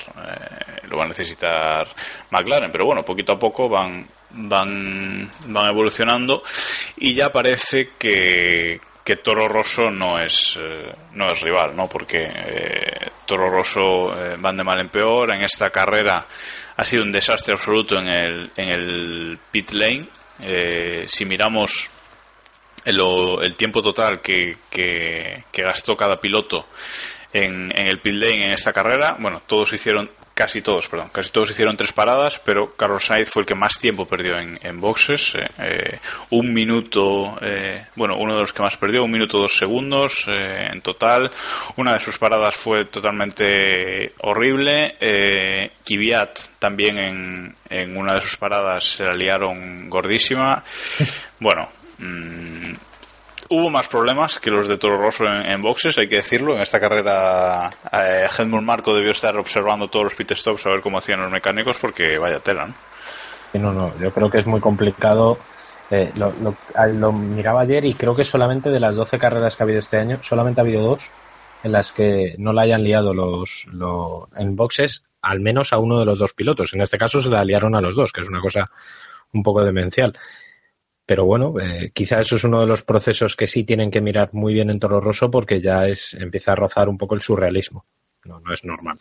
McLaren, pero bueno, poquito a poco van evolucionando y ya parece que Toro Rosso no es rival, ¿no? Porque Toro Rosso van de mal en peor. En esta carrera ha sido un desastre absoluto en el pit lane. Si miramos el tiempo total que gastó cada piloto en el pit lane en esta carrera, bueno, casi todos hicieron 3 paradas, pero Carlos Sainz fue el que más tiempo perdió en boxes, 1 minuto, uno de los que más perdió, 1 minuto 2 segundos en total. Una de sus paradas fue totalmente horrible. Kvyat también en una de sus paradas se la liaron gordísima. Bueno, hubo más problemas que los de Toro Rosso en boxes, hay que decirlo. En esta carrera Helmut Marko debió estar observando todos los pit stops a ver cómo hacían los mecánicos, porque vaya tela, ¿no? No, yo creo que es muy complicado. Lo miraba ayer y creo que solamente de las 12 carreras que ha habido este año, solamente ha habido 2 en las que no la hayan liado en boxes, al menos a uno de los 2 pilotos. En este caso se la liaron a los 2, que es una cosa un poco demencial. Pero bueno, quizá eso es uno de los procesos que sí tienen que mirar muy bien en Toro Rosso, porque ya empieza a rozar un poco el surrealismo. No es normal.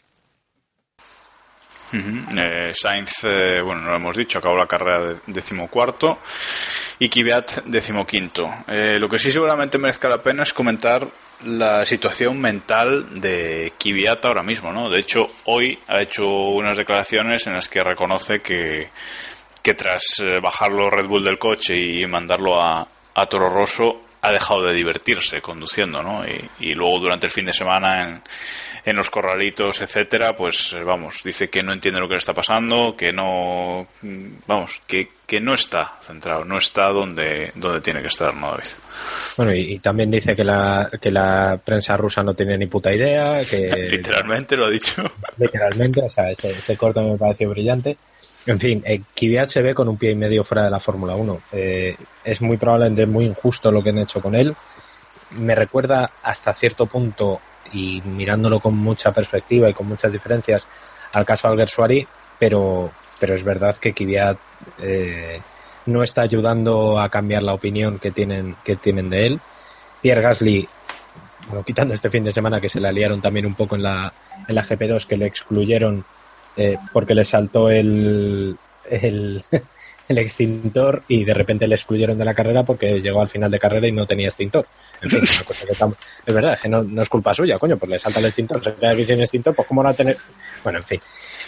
Sainz, no lo hemos dicho, acabó la carrera de 14º y Kvyat 15º. Lo que sí seguramente merezca la pena es comentar la situación mental de Kvyat ahora mismo, ¿no? De hecho, hoy ha hecho unas declaraciones en las que reconoce que tras bajarlo Red Bull del coche y mandarlo a Toro Rosso ha dejado de divertirse conduciendo, ¿no? Y luego durante el fin de semana en los corralitos, etcétera, pues dice que no entiende lo que le está pasando, que no no está centrado, no está donde tiene que estar, ¿no, David? Bueno, y también dice que la prensa rusa no tiene ni puta idea, que literalmente lo ha dicho. Literalmente, o sea, ese corte me pareció brillante. En fin, Kvyat se ve con un pie y medio fuera de la Fórmula 1. Es muy probablemente muy injusto lo que han hecho con él. Me recuerda hasta cierto punto, y mirándolo con mucha perspectiva y con muchas diferencias, al caso Alguersuari, pero pero es verdad que Kvyat no está ayudando a cambiar la opinión que tienen de él. Pierre Gasly, bueno, quitando este fin de semana que se la liaron también un poco en la GP2, que le excluyeron porque le saltó el extintor y de repente le excluyeron de la carrera porque llegó al final de carrera y no tenía extintor. En fin, una cosa que es verdad, que no es culpa suya, coño, pues le salta el extintor, se queda sin extintor, pues cómo no va a tener... Bueno, en fin.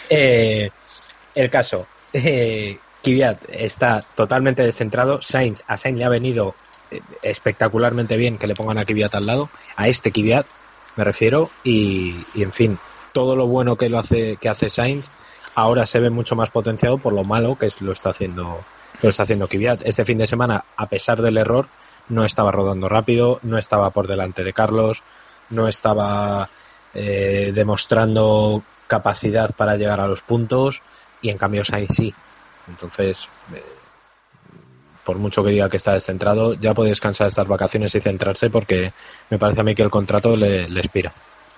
El caso, Kvyat está totalmente descentrado. A Sainz le ha venido espectacularmente bien que le pongan a Kvyat al lado, a este Kvyat me refiero, y en fin, todo lo bueno que hace Sainz ahora se ve mucho más potenciado por lo malo que lo está haciendo Kvyat. Este fin de semana, a pesar del error, no estaba rodando rápido, no estaba por delante de Carlos, no estaba demostrando capacidad para llegar a los puntos, y en cambio Sainz sí. Entonces, por mucho que diga que está descentrado, ya puede descansar estas vacaciones y centrarse, porque me parece a mí que el contrato le expira.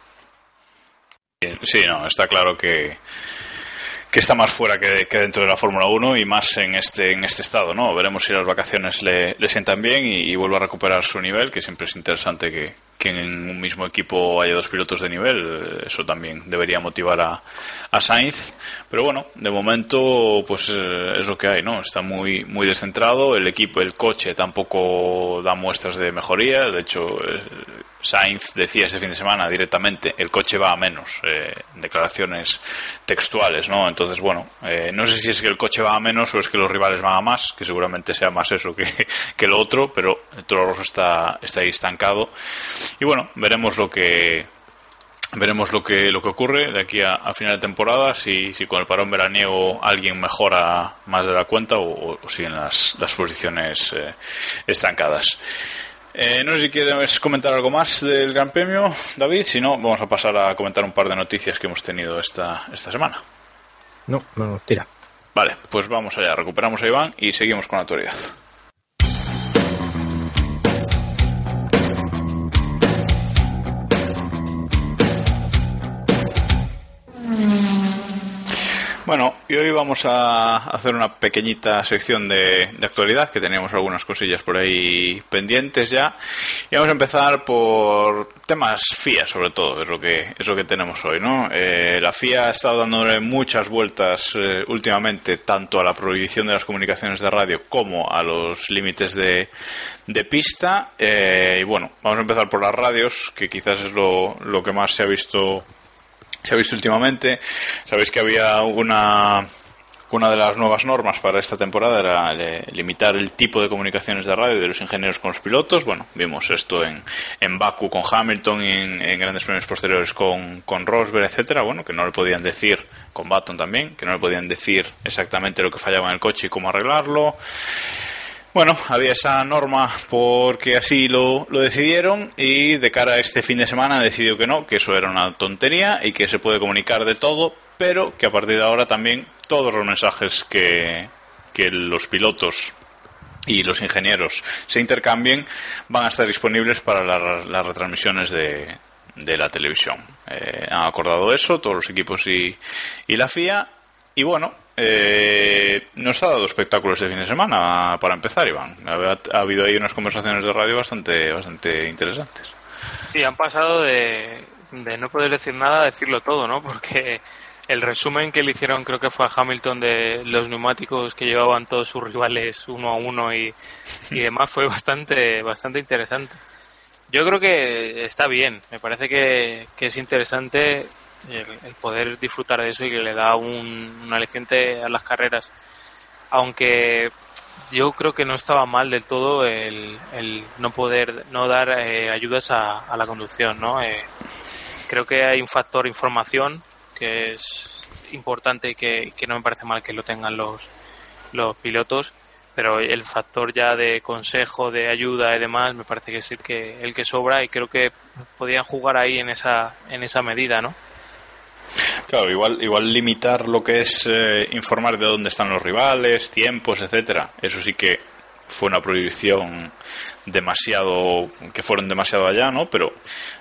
Sí, no, está claro que está más fuera que dentro de la Fórmula 1, y más en este estado, ¿no? Veremos si las vacaciones le sientan bien y vuelve a recuperar su nivel, que siempre es interesante que en un mismo equipo haya dos pilotos de nivel. Eso también debería motivar a Sainz, pero bueno, de momento pues es lo que hay, ¿no? Está muy muy descentrado, el coche tampoco da muestras de mejoría. De hecho, Sainz decía ese fin de semana directamente, el coche va a menos, declaraciones textuales, ¿no? Entonces, bueno, no sé si es que el coche va a menos o es que los rivales van a más, que seguramente sea más eso que lo otro, pero el Toro Rosso está ahí estancado. Y bueno, veremos lo que ocurre de aquí a final de temporada, si con el parón veraniego alguien mejora más de la cuenta o siguen las posiciones estancadas. No sé si quieres comentar algo más del Gran Premio, David. Si no, vamos a pasar a comentar un par de noticias que hemos tenido esta semana. No, tira. Vale, pues vamos allá, recuperamos a Iván y seguimos con la actualidad. Bueno, y hoy vamos a hacer una pequeñita sección de actualidad, que teníamos algunas cosillas por ahí pendientes ya, y vamos a empezar por temas FIA, sobre todo, es lo que tenemos hoy, ¿no? La FIA ha estado dándole muchas vueltas últimamente, tanto a la prohibición de las comunicaciones de radio como a los límites de pista, y bueno, vamos a empezar por las radios, que quizás es lo que más se ha visto últimamente. Sabéis que había una de las nuevas normas para esta temporada era limitar el tipo de comunicaciones de radio de los ingenieros con los pilotos. Bueno, vimos esto en Baku con Hamilton y en grandes premios posteriores con Rosberg, etcétera. Bueno, que no le podían decir, con Button también, que no le podían decir exactamente lo que fallaba en el coche y cómo arreglarlo. Bueno, había esa norma porque así lo decidieron, y de cara a este fin de semana han decidido que eso era una tontería y que se puede comunicar de todo, pero que a partir de ahora también todos los mensajes que los pilotos y los ingenieros se intercambien van a estar disponibles para las retransmisiones de la televisión. Han acordado eso todos los equipos y la FIA, y bueno, nos ha dado espectáculos este fin de semana. Para empezar, Iván, ha habido ahí unas conversaciones de radio bastante interesantes. Sí, han pasado de no poder decir nada a decirlo todo, ¿no? Porque el resumen que le hicieron, creo que fue a Hamilton, de los neumáticos que llevaban todos sus rivales uno a uno y demás, fue bastante interesante. Yo creo que está bien, me parece que es interesante el poder disfrutar de eso, y que le da un aliciente a las carreras, aunque yo creo que no estaba mal del todo el no dar ayudas a la conducción, ¿no? Creo que hay un factor información que es importante y que no me parece mal que lo tengan los pilotos, pero el factor ya de consejo, de ayuda y demás, me parece que es el que sobra, y creo que podían jugar ahí en esa medida, ¿no? Claro, igual limitar lo que es informar de dónde están los rivales, tiempos, etcétera. Eso sí que fue una prohibición que fueron demasiado allá, ¿no? Pero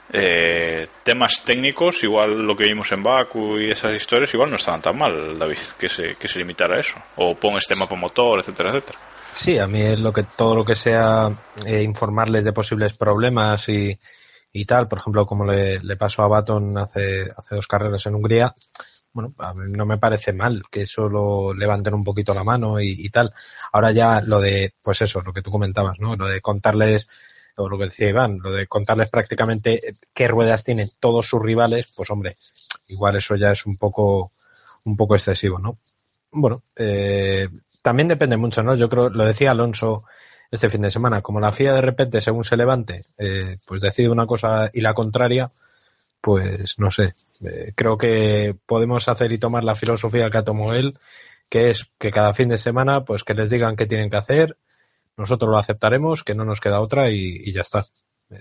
temas técnicos, igual lo que vimos en Baku y esas historias, igual no estaban tan mal, David, que se limitara a eso. O pon este mapa motor, etcétera, etcétera. Sí, a mí es todo lo que sea informarles de posibles problemas y tal, por ejemplo, como le pasó a Baton hace 2 carreras en Hungría. Bueno, a mí no me parece mal que solo levanten un poquito la mano y tal. Ahora ya lo de, pues eso, lo que tú comentabas, ¿no? Lo de contarles, o lo que decía Iván, lo de contarles prácticamente qué ruedas tienen todos sus rivales, pues hombre, igual eso ya es un poco excesivo, ¿no? Bueno, también depende mucho, ¿no? Yo creo, lo decía Alonso este fin de semana, como la FIA de repente, según se levante, pues decide una cosa y la contraria, pues no sé. Creo que podemos hacer y tomar la filosofía que ha tomado él, que es que cada fin de semana, pues que les digan qué tienen que hacer, nosotros lo aceptaremos, que no nos queda otra y ya está.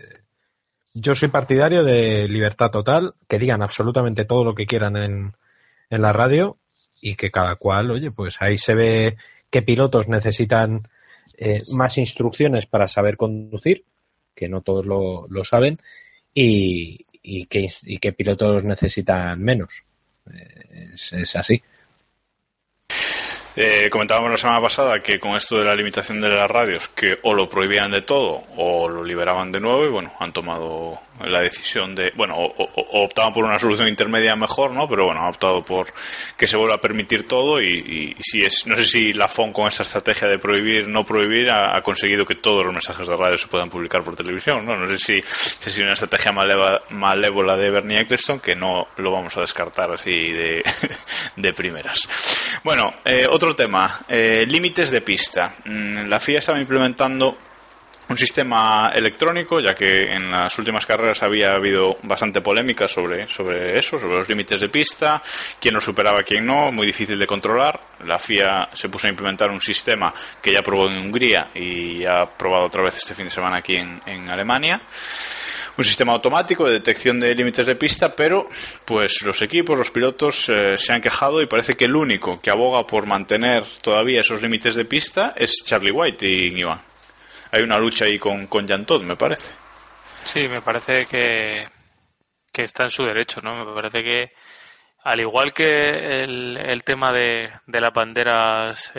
Yo soy partidario de libertad total, que digan absolutamente todo lo que quieran en la radio y que cada cual, oye, pues ahí se ve qué pilotos necesitan más instrucciones para saber conducir, que no todos lo saben, y qué pilotos necesitan menos. Es así. Comentábamos la semana pasada que con esto de la limitación de las radios, que o lo prohibían de todo o lo liberaban de nuevo, y bueno, han tomado la decisión de, bueno, o optaban por una solución intermedia mejor, ¿no? Pero bueno, han optado por que se vuelva a permitir todo y si es, no sé si la FOM con esta estrategia de prohibir, no prohibir, ha conseguido que todos los mensajes de radio se puedan publicar por televisión, ¿no? No sé si es una estrategia malévola de Bernie Ecclestone, que no lo vamos a descartar así de primeras. Bueno, otro tema, límites de pista. La FIA estaba implementando un sistema electrónico, ya que en las últimas carreras había habido bastante polémica sobre eso, sobre los límites de pista, quién lo superaba, quién no, muy difícil de controlar. La FIA se puso a implementar un sistema que ya probó en Hungría y ha probado otra vez este fin de semana aquí en Alemania. Un sistema automático de detección de límites de pista, pero pues los equipos, los pilotos se han quejado y parece que el único que aboga por mantener todavía esos límites de pista es Charlie White y Iván. Hay una lucha ahí con Jean Todt, me parece. Sí, me parece que está en su derecho, ¿no? Me parece que, al igual que el tema de las banderas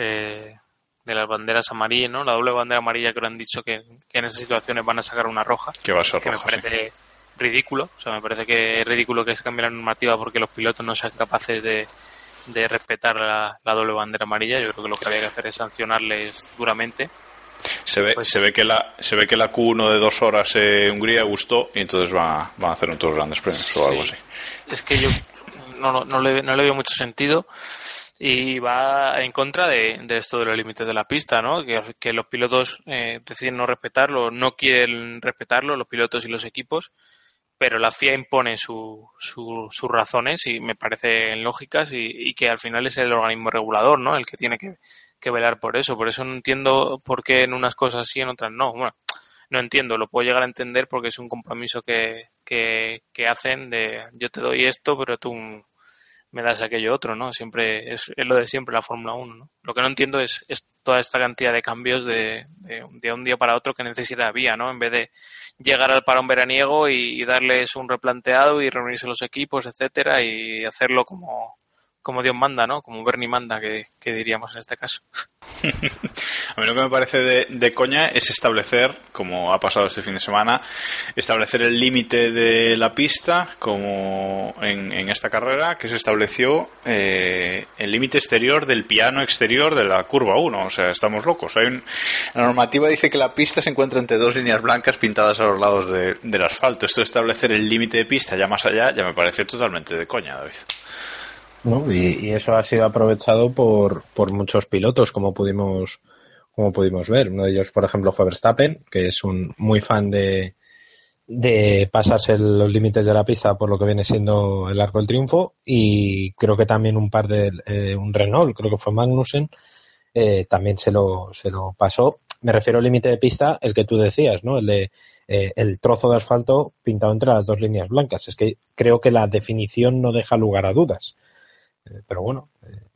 amarillas, ¿no? La doble bandera amarilla, que lo han dicho que en esas situaciones van a sacar una roja. Que va a ser que roja, me parece ridículo. O sea, me parece que es ridículo que se cambie la normativa porque los pilotos no sean capaces de respetar la doble bandera amarilla. Yo creo que lo que había que hacer es sancionarles duramente. Se ve que la Q1 de 2 horas en Hungría gustó y entonces van a hacer otros grandes premios o algo así. Es que yo no le veo mucho sentido y va en contra de esto de los límites de la pista, ¿no? Que los pilotos deciden no respetarlo, no quieren respetarlo, los pilotos y los equipos, pero la FIA impone sus razones y me parecen lógicas y que al final es el organismo regulador, ¿no? El que tiene que velar por eso. Por eso no entiendo por qué en unas cosas sí, en otras no. Bueno, no entiendo, lo puedo llegar a entender porque es un compromiso que hacen de yo te doy esto, pero tú me das aquello otro, ¿no? Siempre es lo de siempre, la Fórmula 1, ¿no? Lo que no entiendo es toda esta cantidad de cambios de un día para otro que necesita vía, ¿no? En vez de llegar al parón veraniego y darles un replanteado y reunirse los equipos, etcétera, y hacerlo como Dios manda, ¿no? Como Bernie manda, que diríamos en este caso. A mí lo que me parece de coña es establecer, como ha pasado este fin de semana, establecer el límite de la pista, como en esta carrera, que se estableció el límite exterior del piano exterior de la curva 1. O sea, estamos locos. La normativa dice que la pista se encuentra entre 2 líneas blancas pintadas a los lados del asfalto. Esto de establecer el límite de pista ya más allá, ya me parece totalmente de coña, David. ¿No? Y eso ha sido aprovechado por muchos pilotos, como pudimos ver. Uno de ellos, por ejemplo, fue Verstappen, que es un muy fan de pasarse los límites de la pista por lo que viene siendo el Arco del Triunfo, y creo que también un Renault, creo que fue Magnussen, también se lo pasó. Me refiero al límite de pista, el que tú decías, ¿no? El de el trozo de asfalto pintado entre las 2 líneas blancas. Es que creo que la definición no deja lugar a dudas. Pero bueno.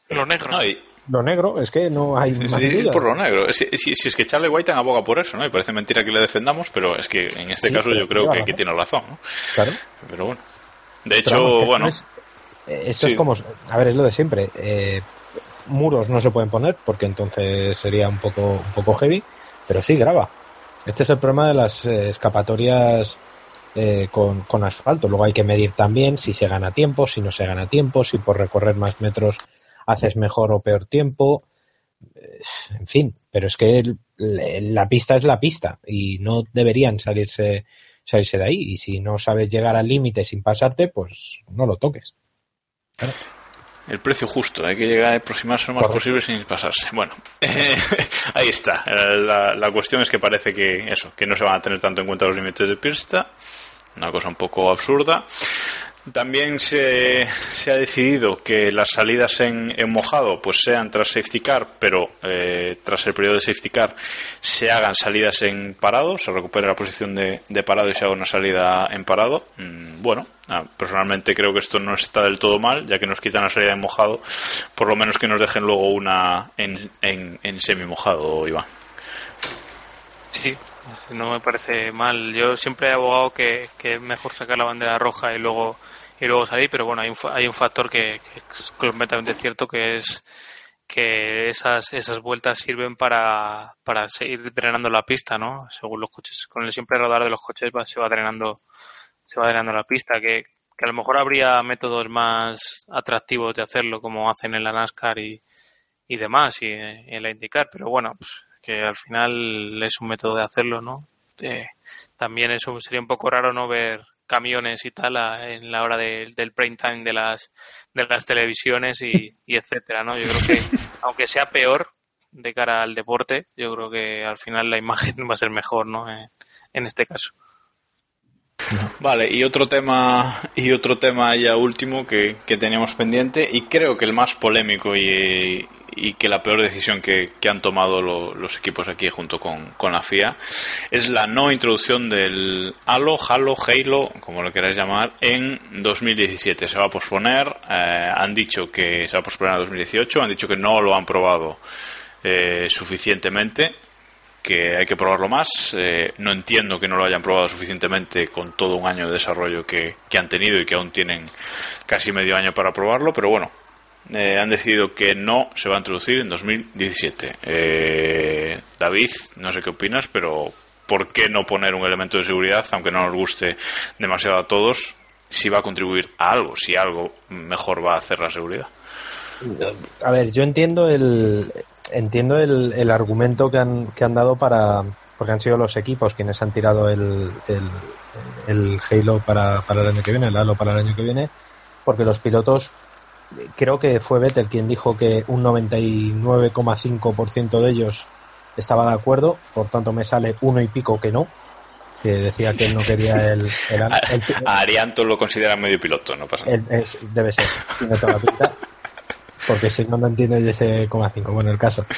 Lo negro. No, Lo negro, es que no hay más duda. Por lo negro. Si es que Charlie White aboga por eso, ¿no? Y parece mentira que le defendamos, pero es que en este caso yo creo que tiene razón, ¿no? Claro. Pero bueno. De hecho, bueno... Esto es como... A ver, es lo de siempre. Muros no se pueden poner porque entonces sería un poco heavy, pero sí grava. Este es el problema de las escapatorias con asfalto. Luego hay que medir también si se gana tiempo, si no se gana tiempo, si por recorrer más metros haces mejor o peor tiempo. En fin, pero es que la pista es la pista y no deberían salirse de ahí. Y si no sabes llegar al límite sin pasarte, pues no lo toques. Claro. El precio justo, hay que llegar a aproximarse lo más posible sin pasarse. Bueno, ahí está. La cuestión es que parece que no se van a tener tanto en cuenta los límites de pista. Una cosa un poco absurda. También se ha decidido que las salidas en mojado pues sean tras safety car, pero tras el periodo de safety car se hagan salidas en parado, se recupere la posición de parado y se haga una salida en parado. Bueno, personalmente creo que esto no está del todo mal, ya que nos quitan la salida en mojado, por lo menos que nos dejen luego una en semi mojado, Iván. Sí, no me parece mal. Yo siempre he abogado que es mejor sacar la bandera roja y luego salir, pero bueno, hay un factor que es completamente cierto, que es que esas vueltas sirven para seguir drenando la pista, ¿no? Según los coches, con el simple rodar de los coches se va drenando la pista, que a lo mejor habría métodos más atractivos de hacerlo, como hacen en la NASCAR y demás, y en la IndyCar, pero bueno, pues que al final es un método de hacerlo, ¿no? También eso sería un poco raro no ver camiones y tal en la hora del prime time de las televisiones y etcétera, ¿no? Yo creo que aunque sea peor de cara al deporte, yo creo que al final la imagen va a ser mejor, ¿no? En este caso. Vale, y otro tema ya último que teníamos pendiente, y creo que el más polémico y que la peor decisión que han tomado los equipos aquí junto con la FIA, es la no introducción del Halo, como lo queráis llamar, en 2017. Se va a posponer, han dicho que se va a posponer a 2018, han dicho que no lo han probado suficientemente, que hay que probarlo más. No entiendo que no lo hayan probado suficientemente con todo un año de desarrollo que han tenido y que aún tienen casi medio año para probarlo, pero bueno, han decidido que no se va a introducir en 2017. David, no sé qué opinas, pero ¿por qué no poner un elemento de seguridad, aunque no nos guste demasiado a todos, si va a contribuir a algo, si algo mejor va a hacer la seguridad? A ver, yo entiendo el argumento que han dado porque han sido los equipos quienes han tirado el Halo para el año que viene, el Halo para el año que viene, porque los pilotos, creo que fue Vettel quien dijo que un 99,5% de ellos estaba de acuerdo, por tanto me sale uno y pico que no, que decía que él no quería el a Arianto lo considera medio piloto, no pasa nada. Debe ser, tiene toda la pinta, porque si no entiendo ese 0,5. Bueno, el caso.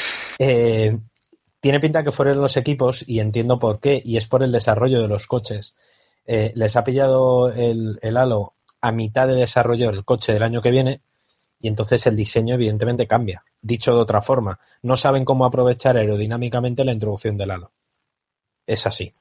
Tiene pinta que fueron los equipos, y entiendo por qué, y es por el desarrollo de los coches. Les ha pillado el Halo a mitad de desarrollo del coche del año que viene, y entonces el diseño evidentemente cambia. Dicho de otra forma, no saben cómo aprovechar aerodinámicamente la introducción del Halo. Es así.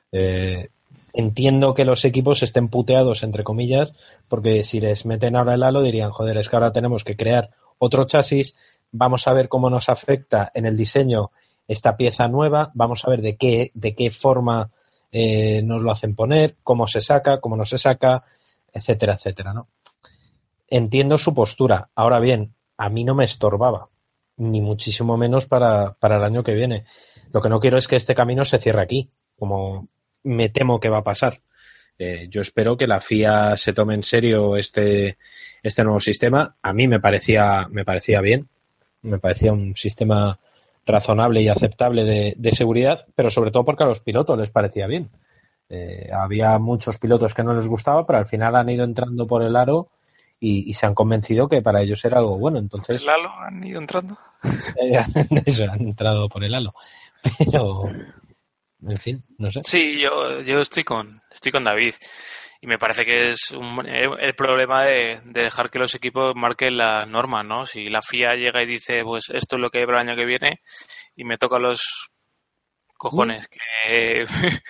Entiendo que los equipos estén puteados, entre comillas, porque si les meten ahora el Halo dirían, joder, es que ahora tenemos que crear otro chasis, vamos a ver cómo nos afecta en el diseño esta pieza nueva, vamos a ver de qué forma nos lo hacen poner, cómo se saca, cómo no se saca, etcétera, etcétera, ¿no? Entiendo su postura. Ahora bien, a mí no me estorbaba, ni muchísimo menos para el año que viene. Lo que no quiero es que este camino se cierre aquí, como me temo que va a pasar. Yo espero que la FIA se tome en serio este nuevo sistema. A mí me parecía bien, me parecía un sistema razonable y aceptable de seguridad, pero sobre todo porque a los pilotos les parecía bien. Había muchos pilotos que no les gustaba, pero al final han ido entrando por el aro y se han convencido que para ellos era algo bueno. Entonces, ¿el halo han ido entrando? Eso, han entrado por el halo. en fin, no sé. Sí, yo estoy con David. Y me parece que es el problema de dejar que los equipos marquen las normas, ¿no? Si la FIA llega y dice, pues esto es lo que hay para el año que viene, y me toca los cojones que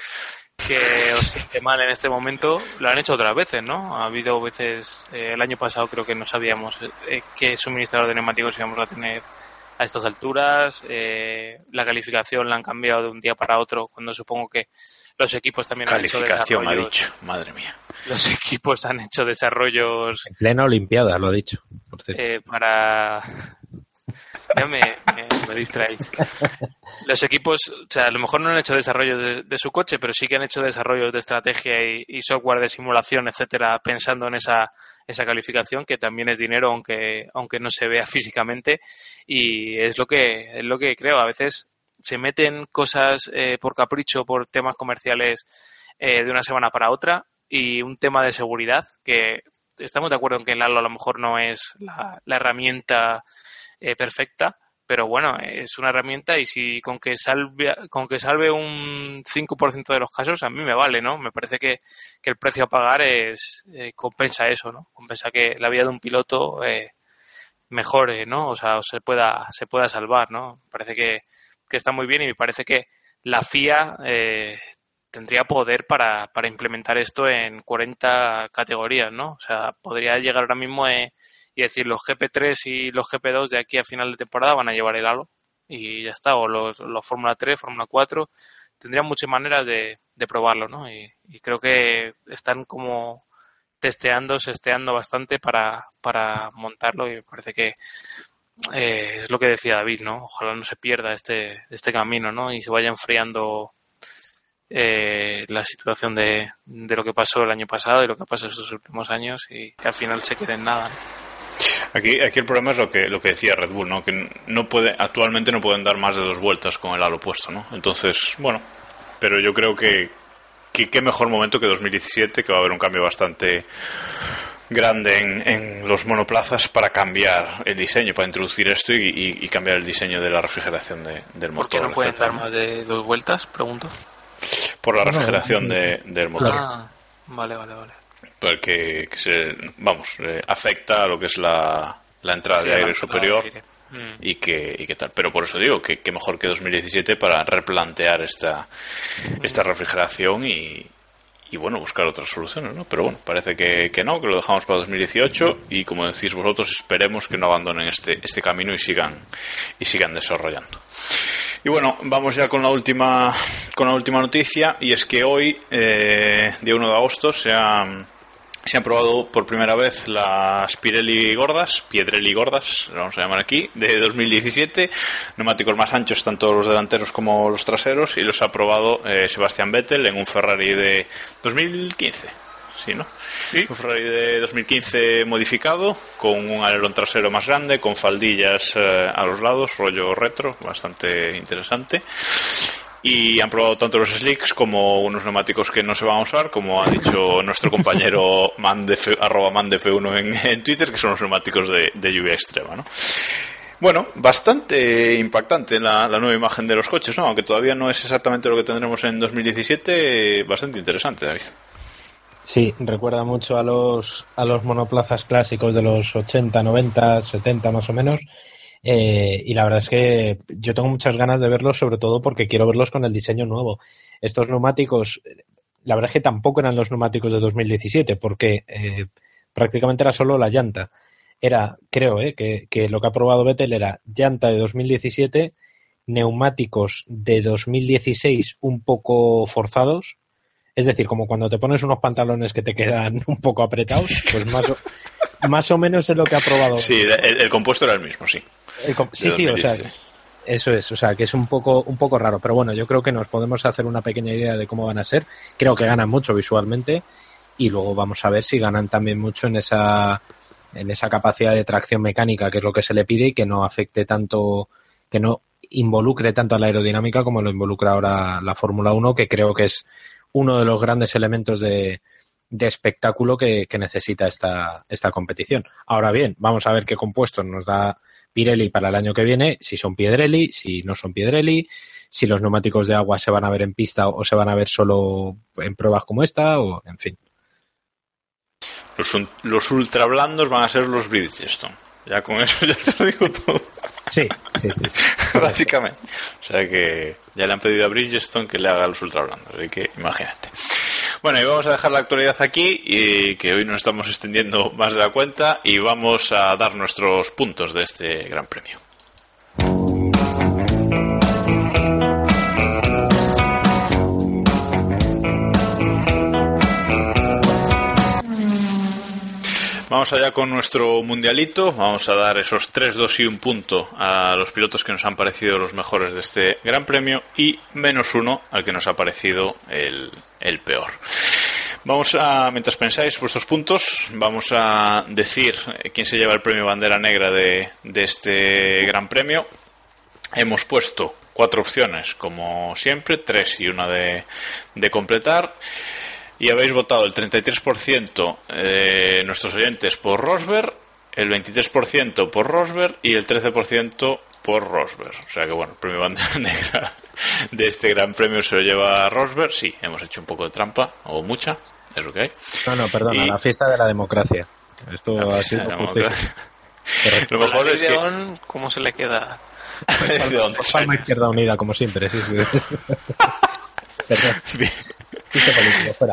os siente mal en este momento, lo han hecho otras veces, ¿no? Ha habido veces, el año pasado creo que no sabíamos qué suministrador de neumáticos íbamos a tener a estas alturas, la calificación la han cambiado de un día para otro, cuando supongo que los equipos también han hecho desarrollos. Calificación, ha dicho, madre mía. Los equipos han hecho desarrollos... En plena Olimpiada, lo ha dicho, por cierto. Para... Ya me distraéis. Los equipos, o sea, a lo mejor no han hecho desarrollo de su coche, pero sí que han hecho desarrollos de estrategia y software de simulación, etcétera, pensando en esa calificación, que también es dinero, aunque no se vea físicamente, y es lo que creo. A veces se meten cosas por capricho, por temas comerciales, de una semana para otra, y un tema de seguridad, que estamos de acuerdo en que el halo a lo mejor no es la herramienta perfecta, pero bueno, es una herramienta, y si con que salve un 5% de los casos, a mí me vale, ¿no? Me parece que el precio a pagar compensa eso, ¿no? Compensa que la vida de un piloto mejore, ¿no? O sea, se pueda salvar, ¿no? Me parece que está muy bien, y me parece que la FIA tendría poder para implementar esto en 40 categorías, ¿no? O sea, podría llegar ahora mismo y decir, los GP3 y los GP2 de aquí a final de temporada van a llevar el halo, y ya está. O los Fórmula 3, Fórmula 4, tendrían muchas maneras de probarlo, ¿no? Y creo que están como sesteando bastante para montarlo, y me parece que es lo que decía David, ¿no? Ojalá no se pierda este camino, ¿no? Y se vaya enfriando la situación de lo que pasó el año pasado y lo que ha pasado estos últimos años, y que al final se quede en nada, ¿no? Aquí el problema es lo que decía Red Bull, ¿no? Que actualmente no pueden dar más de 2 vueltas con el halo puesto, ¿no? Entonces, bueno, pero yo creo que qué mejor momento que 2017, que va a haber un cambio bastante grande en los monoplazas, para cambiar el diseño, para introducir esto y cambiar el diseño de la refrigeración del motor. ¿Por qué no pueden dar más de 2 vueltas? Pregunto. Por la refrigeración del motor. Vale. Porque afecta a lo que es la entrada de aire superior y que tal. Pero por eso digo que mejor que 2017 para replantear esta refrigeración y bueno, buscar otras soluciones, ¿no? Pero bueno, parece que no, que lo dejamos para 2018, y como decís vosotros, esperemos que no abandonen este camino y sigan desarrollando. Y bueno, vamos ya con la última noticia, y es que hoy, día 1 de agosto, se han probado por primera vez las Piedrelli gordas, lo vamos a llamar aquí, de 2017, neumáticos más anchos, tanto los delanteros como los traseros, y los ha probado Sebastian Vettel en un Ferrari de 2015. Sí, ¿no? Sí. Un Ferrari de 2015 modificado, con un alerón trasero más grande, con faldillas a los lados, rollo retro, bastante interesante. Y han probado tanto los slicks como unos neumáticos que no se van a usar, como ha dicho nuestro compañero @mandef1 en Twitter, que son los neumáticos de lluvia extrema, ¿no? Bueno, bastante impactante la nueva imagen de los coches, ¿no? Aunque todavía no es exactamente lo que tendremos en 2017, bastante interesante, David. Sí, recuerda mucho a los monoplazas clásicos de los 80, 90, 70 más o menos. Y la verdad es que yo tengo muchas ganas de verlos, sobre todo porque quiero verlos con el diseño nuevo. Estos neumáticos, la verdad es que tampoco eran los neumáticos de 2017, porque prácticamente era solo la llanta. Creo que lo que ha probado Vettel era llanta de 2017, neumáticos de 2016 un poco forzados. Es decir, como cuando te pones unos pantalones que te quedan un poco apretados, pues más o menos es lo que ha probado. Sí, el compuesto era el mismo, sí. Sí, o sea, eso es, o sea, que es un poco raro, pero bueno, yo creo que nos podemos hacer una pequeña idea de cómo van a ser. Creo que ganan mucho visualmente, y luego vamos a ver si ganan también mucho en esa capacidad de tracción mecánica, que es lo que se le pide, y que no afecte tanto, que no involucre tanto a la aerodinámica como lo involucra ahora la Fórmula 1, que creo que es uno de los grandes elementos de espectáculo que necesita esta competición. Ahora bien, vamos a ver qué compuestos nos da Pirelli para el año que viene, si son Piedrelli, si no son Piedrelli, si los neumáticos de agua se van a ver en pista o se van a ver solo en pruebas como esta, o en fin. Los ultra blandos van a ser los Bridgestone. Ya con eso ya te lo digo todo. Sí. Básicamente. O sea que ya le han pedido a Bridgestone que le haga los ultra blandos. Así que imagínate. Bueno, y vamos a dejar la actualidad aquí, y que hoy nos estamos extendiendo más de la cuenta, y vamos a dar nuestros puntos de este Gran Premio. Vamos allá con nuestro mundialito. Vamos a dar esos 3, 2 y 1 punto a los pilotos que nos han parecido los mejores de este Gran Premio, y -1 al que nos ha parecido el peor. Vamos a, mientras pensáis vuestros puntos, vamos a decir quién se lleva el premio Bandera Negra de este Gran Premio. Hemos puesto 4 opciones, como siempre, 3 y una de completar. Y habéis votado el 33% de nuestros oyentes por Rosberg, el 23% por Rosberg y el 13% por Rosberg. O sea que, bueno, el premio Bandera Negra de este Gran Premio se lo lleva Rosberg. Sí, hemos hecho un poco de trampa, o mucha, es lo que hay. No, perdona, la fiesta de la democracia. Esto ha sido democracia. Lo mejor es que... ¿Cómo se le queda? Palma Izquierda Unida, como siempre. Sí. Perdón. Bien. Político, fuera.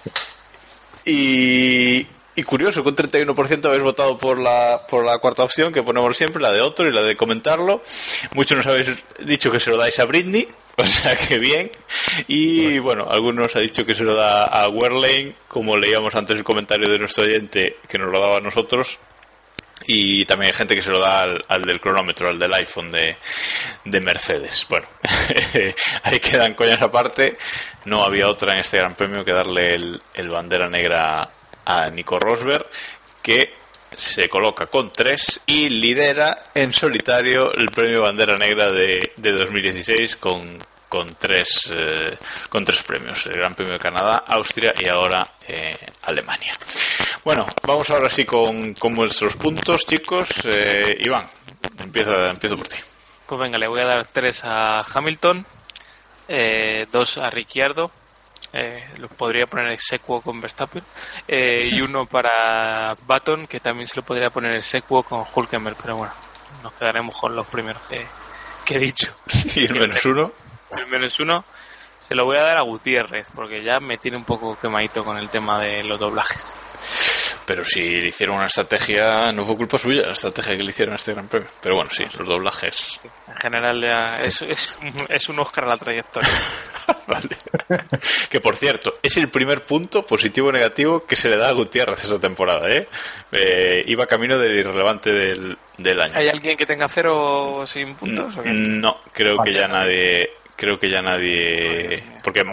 Y curioso, con 31% habéis votado por la cuarta opción que ponemos siempre, la de otro y la de comentarlo. Muchos nos habéis dicho que se lo dais a Britney, o sea que bien. Y bueno, algunos ha dicho que se lo da a Wehrlein, como leíamos antes el comentario de nuestro oyente que nos lo daba a nosotros. Y también hay gente que se lo da al del cronómetro, al del iPhone de Mercedes. Bueno, ahí quedan coñas aparte. No había otra en este Gran Premio que darle el Bandera Negra a Nico Rosberg, que se coloca con 3 y lidera en solitario el premio Bandera Negra de 2016 con 3 premios: el Gran Premio de Canadá, Austria y ahora Alemania. Bueno, vamos ahora sí con vuestros puntos, chicos. Iván, empiezo por ti. Pues venga, le voy a dar 3 a Hamilton, 2 a Ricciardo, lo podría poner ex aequo con Verstappen, y 1 para Button, que también se lo podría poner ex aequo con Hülkenberg, pero bueno, nos quedaremos con los primeros que he dicho. ¿Y el -1? El -1 se lo voy a dar a Gutiérrez, porque ya me tiene un poco quemadito con el tema de los doblajes. Pero si le hicieron una estrategia, no fue culpa suya la estrategia que le hicieron a este Gran Premio. Pero bueno, sí, los doblajes. En general ya es un Oscar a la trayectoria. Vale. Que por cierto, es el primer punto positivo o negativo que se le da a Gutiérrez esta temporada, iba camino del irrelevante del año. ¿Hay alguien que tenga 0 sin puntos? ¿O qué? No, creo que ya nadie. Porque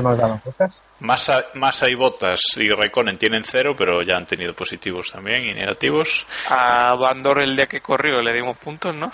Massa y Bottas y Raikkonen tienen 0, pero ya han tenido positivos también y negativos. A Van Dorn el día que corrió le dimos puntos, ¿no?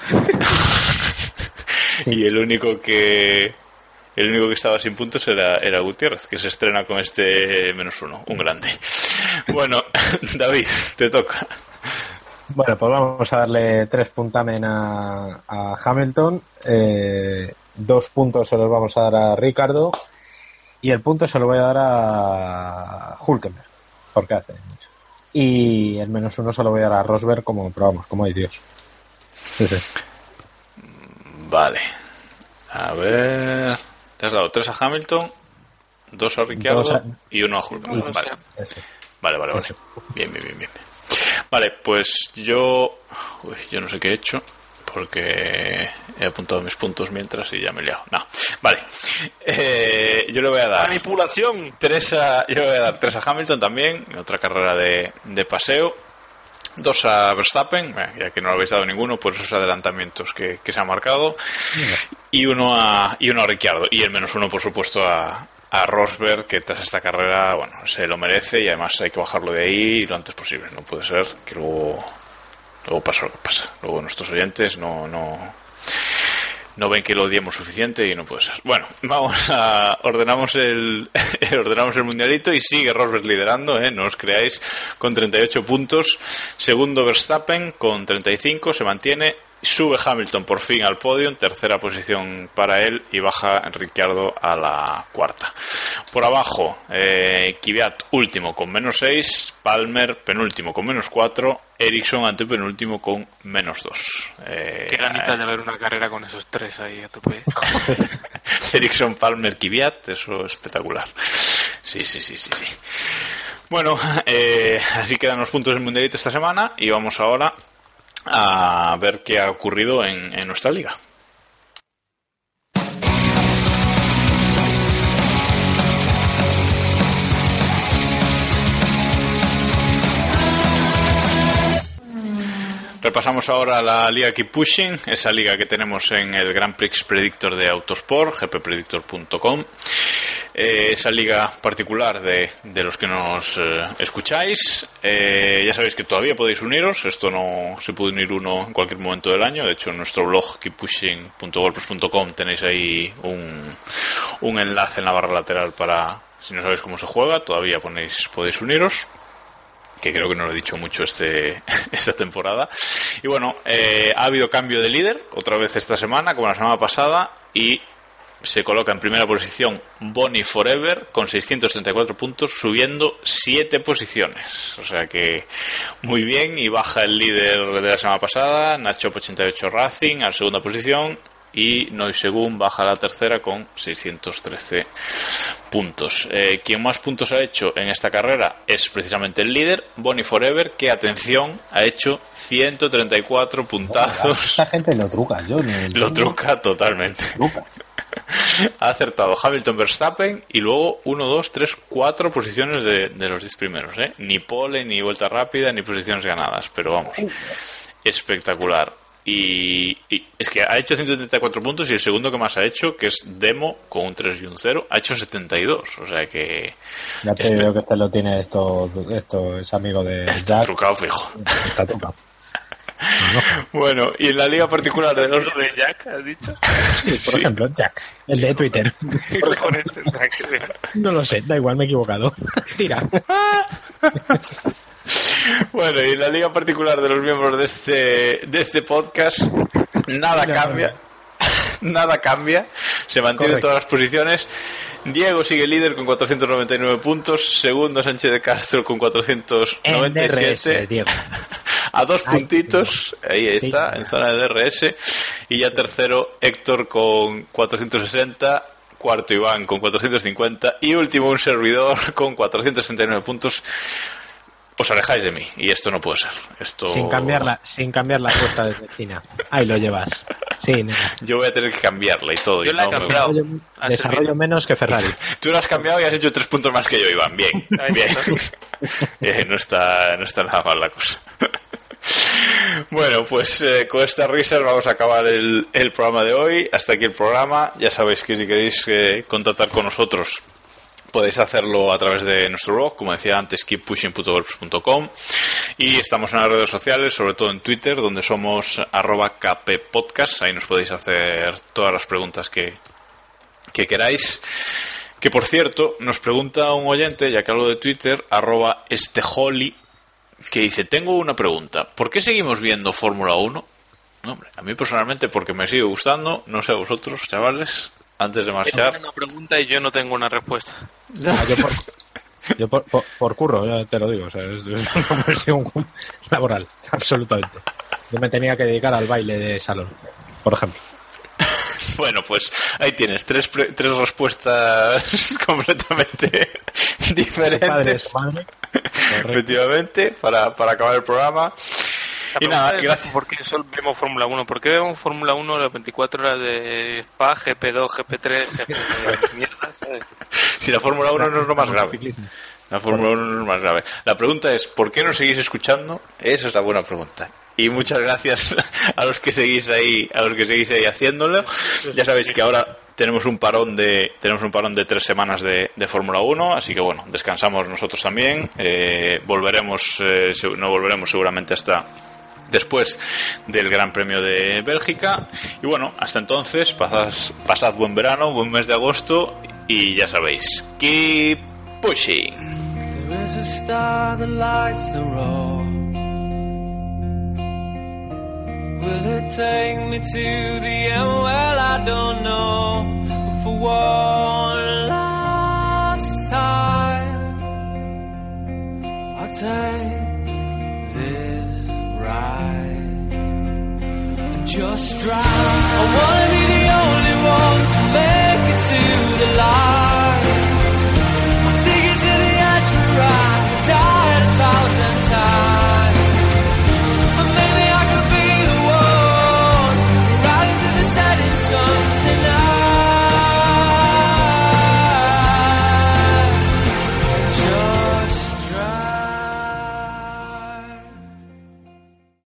Y el único que estaba sin puntos era Gutiérrez, que se estrena con este -1, un grande. Bueno, David, te toca. Bueno, pues vamos a darle 3 puntamen a Hamilton, 2 puntos se los vamos a dar a Ricardo, y el punto se lo voy a dar a Hülkenberg, porque hace mucho. Y el -1 se lo voy a dar a Rosberg, como hay Dios. Sí. Vale. A ver... Te has dado 3 a Hamilton, 2 a Ricciardo y 1 a Hülkenberg. Vale. Bien. Vale, pues yo no sé qué he hecho, porque he apuntado mis puntos mientras y ya me he liado. No, vale. Yo le voy a dar manipulación. 3 a Hamilton también, otra carrera de paseo. 2 a Verstappen, ya que no lo habéis dado ninguno por esos adelantamientos que se han marcado, y uno a Ricciardo, y el -1 por supuesto a Rosberg, que tras esta carrera, bueno, se lo merece, y además hay que bajarlo de ahí lo antes posible. No puede ser que luego pasa lo que pasa. Luego nuestros oyentes no ven que lo odiemos suficiente y no puede ser. Bueno, ordenamos el mundialito y sigue Rosberg liderando, no os creáis, con 38 puntos. Segundo Verstappen con 35, se mantiene. Sube Hamilton por fin al podio, tercera posición para él, y baja Ricciardo a la cuarta. Por abajo, Kvyat último con -6, Palmer penúltimo con -4, Ericsson antepenúltimo con -2. Qué ganitas de ver una carrera con esos tres ahí a tope. Ericsson, Palmer, Kvyat, eso es espectacular. Sí. Bueno, así quedan los puntos del Mundialito esta semana, y vamos ahora a ver qué ha ocurrido en nuestra liga. Repasamos ahora la liga Keep Pushing, esa liga que tenemos en el Grand Prix Predictor de Autosport, gppredictor.com. Esa liga particular de los que nos escucháis. Ya sabéis que todavía podéis uniros, esto no se puede unir uno en cualquier momento del año. De hecho, en nuestro blog keeppushing.wordpress.com tenéis ahí un enlace en la barra lateral para, si no sabéis cómo se juega, todavía podéis uniros, que creo que no lo he dicho mucho esta temporada. Y bueno, ha habido cambio de líder otra vez esta semana, como la semana pasada, y se coloca en primera posición Bonnie Forever con 634 puntos, subiendo 7 posiciones. O sea que muy bien, y baja el líder de la semana pasada, Nachop 88 Racing, a la segunda posición, y Noisegun baja a la tercera con 613 puntos. Quien más puntos ha hecho en esta carrera es precisamente el líder, Bonnie Forever, que, atención, ha hecho 134 puntazos. Esta gente lo truca, yo lo truca totalmente. Ha acertado Hamilton, Verstappen, y luego 1, 2, 3, 4 posiciones de los 10 primeros, ni pole, ni vuelta rápida, ni posiciones ganadas, pero vamos, espectacular. Y es que ha hecho 134 puntos, y el segundo que más ha hecho, que es Demo, con un 3 y un 0, ha hecho 72. O sea que... Ya te digo que este lo tiene, esto es amigo de está Jack. Trucado, fijo. Está trucado. Bueno, y en la liga particular de los... ¿De Jack, has dicho? Sí, por ejemplo, Jack, el de Twitter. No lo sé, da igual, me he equivocado. Tira. Bueno, y en la liga particular de los miembros de este podcast, nada cambia, se mantienen todas las posiciones. Diego sigue líder con 499 puntos, segundo Sánchez de Castro con 497, Diego. a 2 puntitos, ahí está, en zona de DRS, y ya tercero Héctor con 460, cuarto Iván con 450, y último un servidor con 469 puntos. Os alejáis de mí, y esto no puede ser. Esto... Sin cambiar la apuesta desde China. Ahí lo llevas. Sí, nada. Yo voy a tener que cambiarla y todo. Yo la he cambiado. Desarrollo menos que Ferrari. Tú lo has cambiado y has hecho 3 puntos más que yo, Iván. Bien. No está nada mal la cosa. Bueno, pues con estas risas vamos a acabar el programa de hoy. Hasta aquí el programa. Ya sabéis que si queréis contactar con nosotros, podéis hacerlo a través de nuestro blog, como decía antes, keeppushing.wordpress.com, y estamos en las redes sociales, sobre todo en Twitter, donde somos @kppodcast. Ahí nos podéis hacer todas las preguntas que queráis. Que, por cierto, nos pregunta un oyente, ya que hablo de Twitter, @estejoli, que dice: tengo una pregunta, ¿por qué seguimos viendo Fórmula 1? No, hombre, a mí personalmente porque me sigue gustando, no sé a vosotros, chavales. Antes de marchar. Es una pregunta y yo no tengo una respuesta. Yo por curro, ya te lo digo, o sea, es una cuestión laboral, absolutamente. Yo me tenía que dedicar al baile de salón, por ejemplo. Bueno, pues ahí tienes tres respuestas completamente diferentes. Padre, su madre. Efectivamente, para acabar el programa. Y nada, gracias. ¿Por qué solo vemos Fórmula 1? ¿Por qué vemos Fórmula 1 las 24 horas de Spa, GP2, GP3, GP3? Mierda, ¿sabes? Si la Fórmula 1 no es lo más grave. La Fórmula 1 no es lo más grave. La pregunta es, ¿por qué nos seguís escuchando? Esa es la buena pregunta. Y muchas gracias a los que seguís ahí haciéndolo. Ya sabéis que ahora tenemos un parón de 3 semanas de Fórmula 1, así que bueno, descansamos nosotros también. Volveremos seguramente hasta después del Gran Premio de Bélgica. Y bueno, hasta entonces, pasad buen verano, buen mes de agosto, y ya sabéis, keep pushing. There is a star that lights the road. Will it take me to the end? Well, I don't know. But for one last time, I'll take this ride and just drive. I wanna be the only one to make it to the light.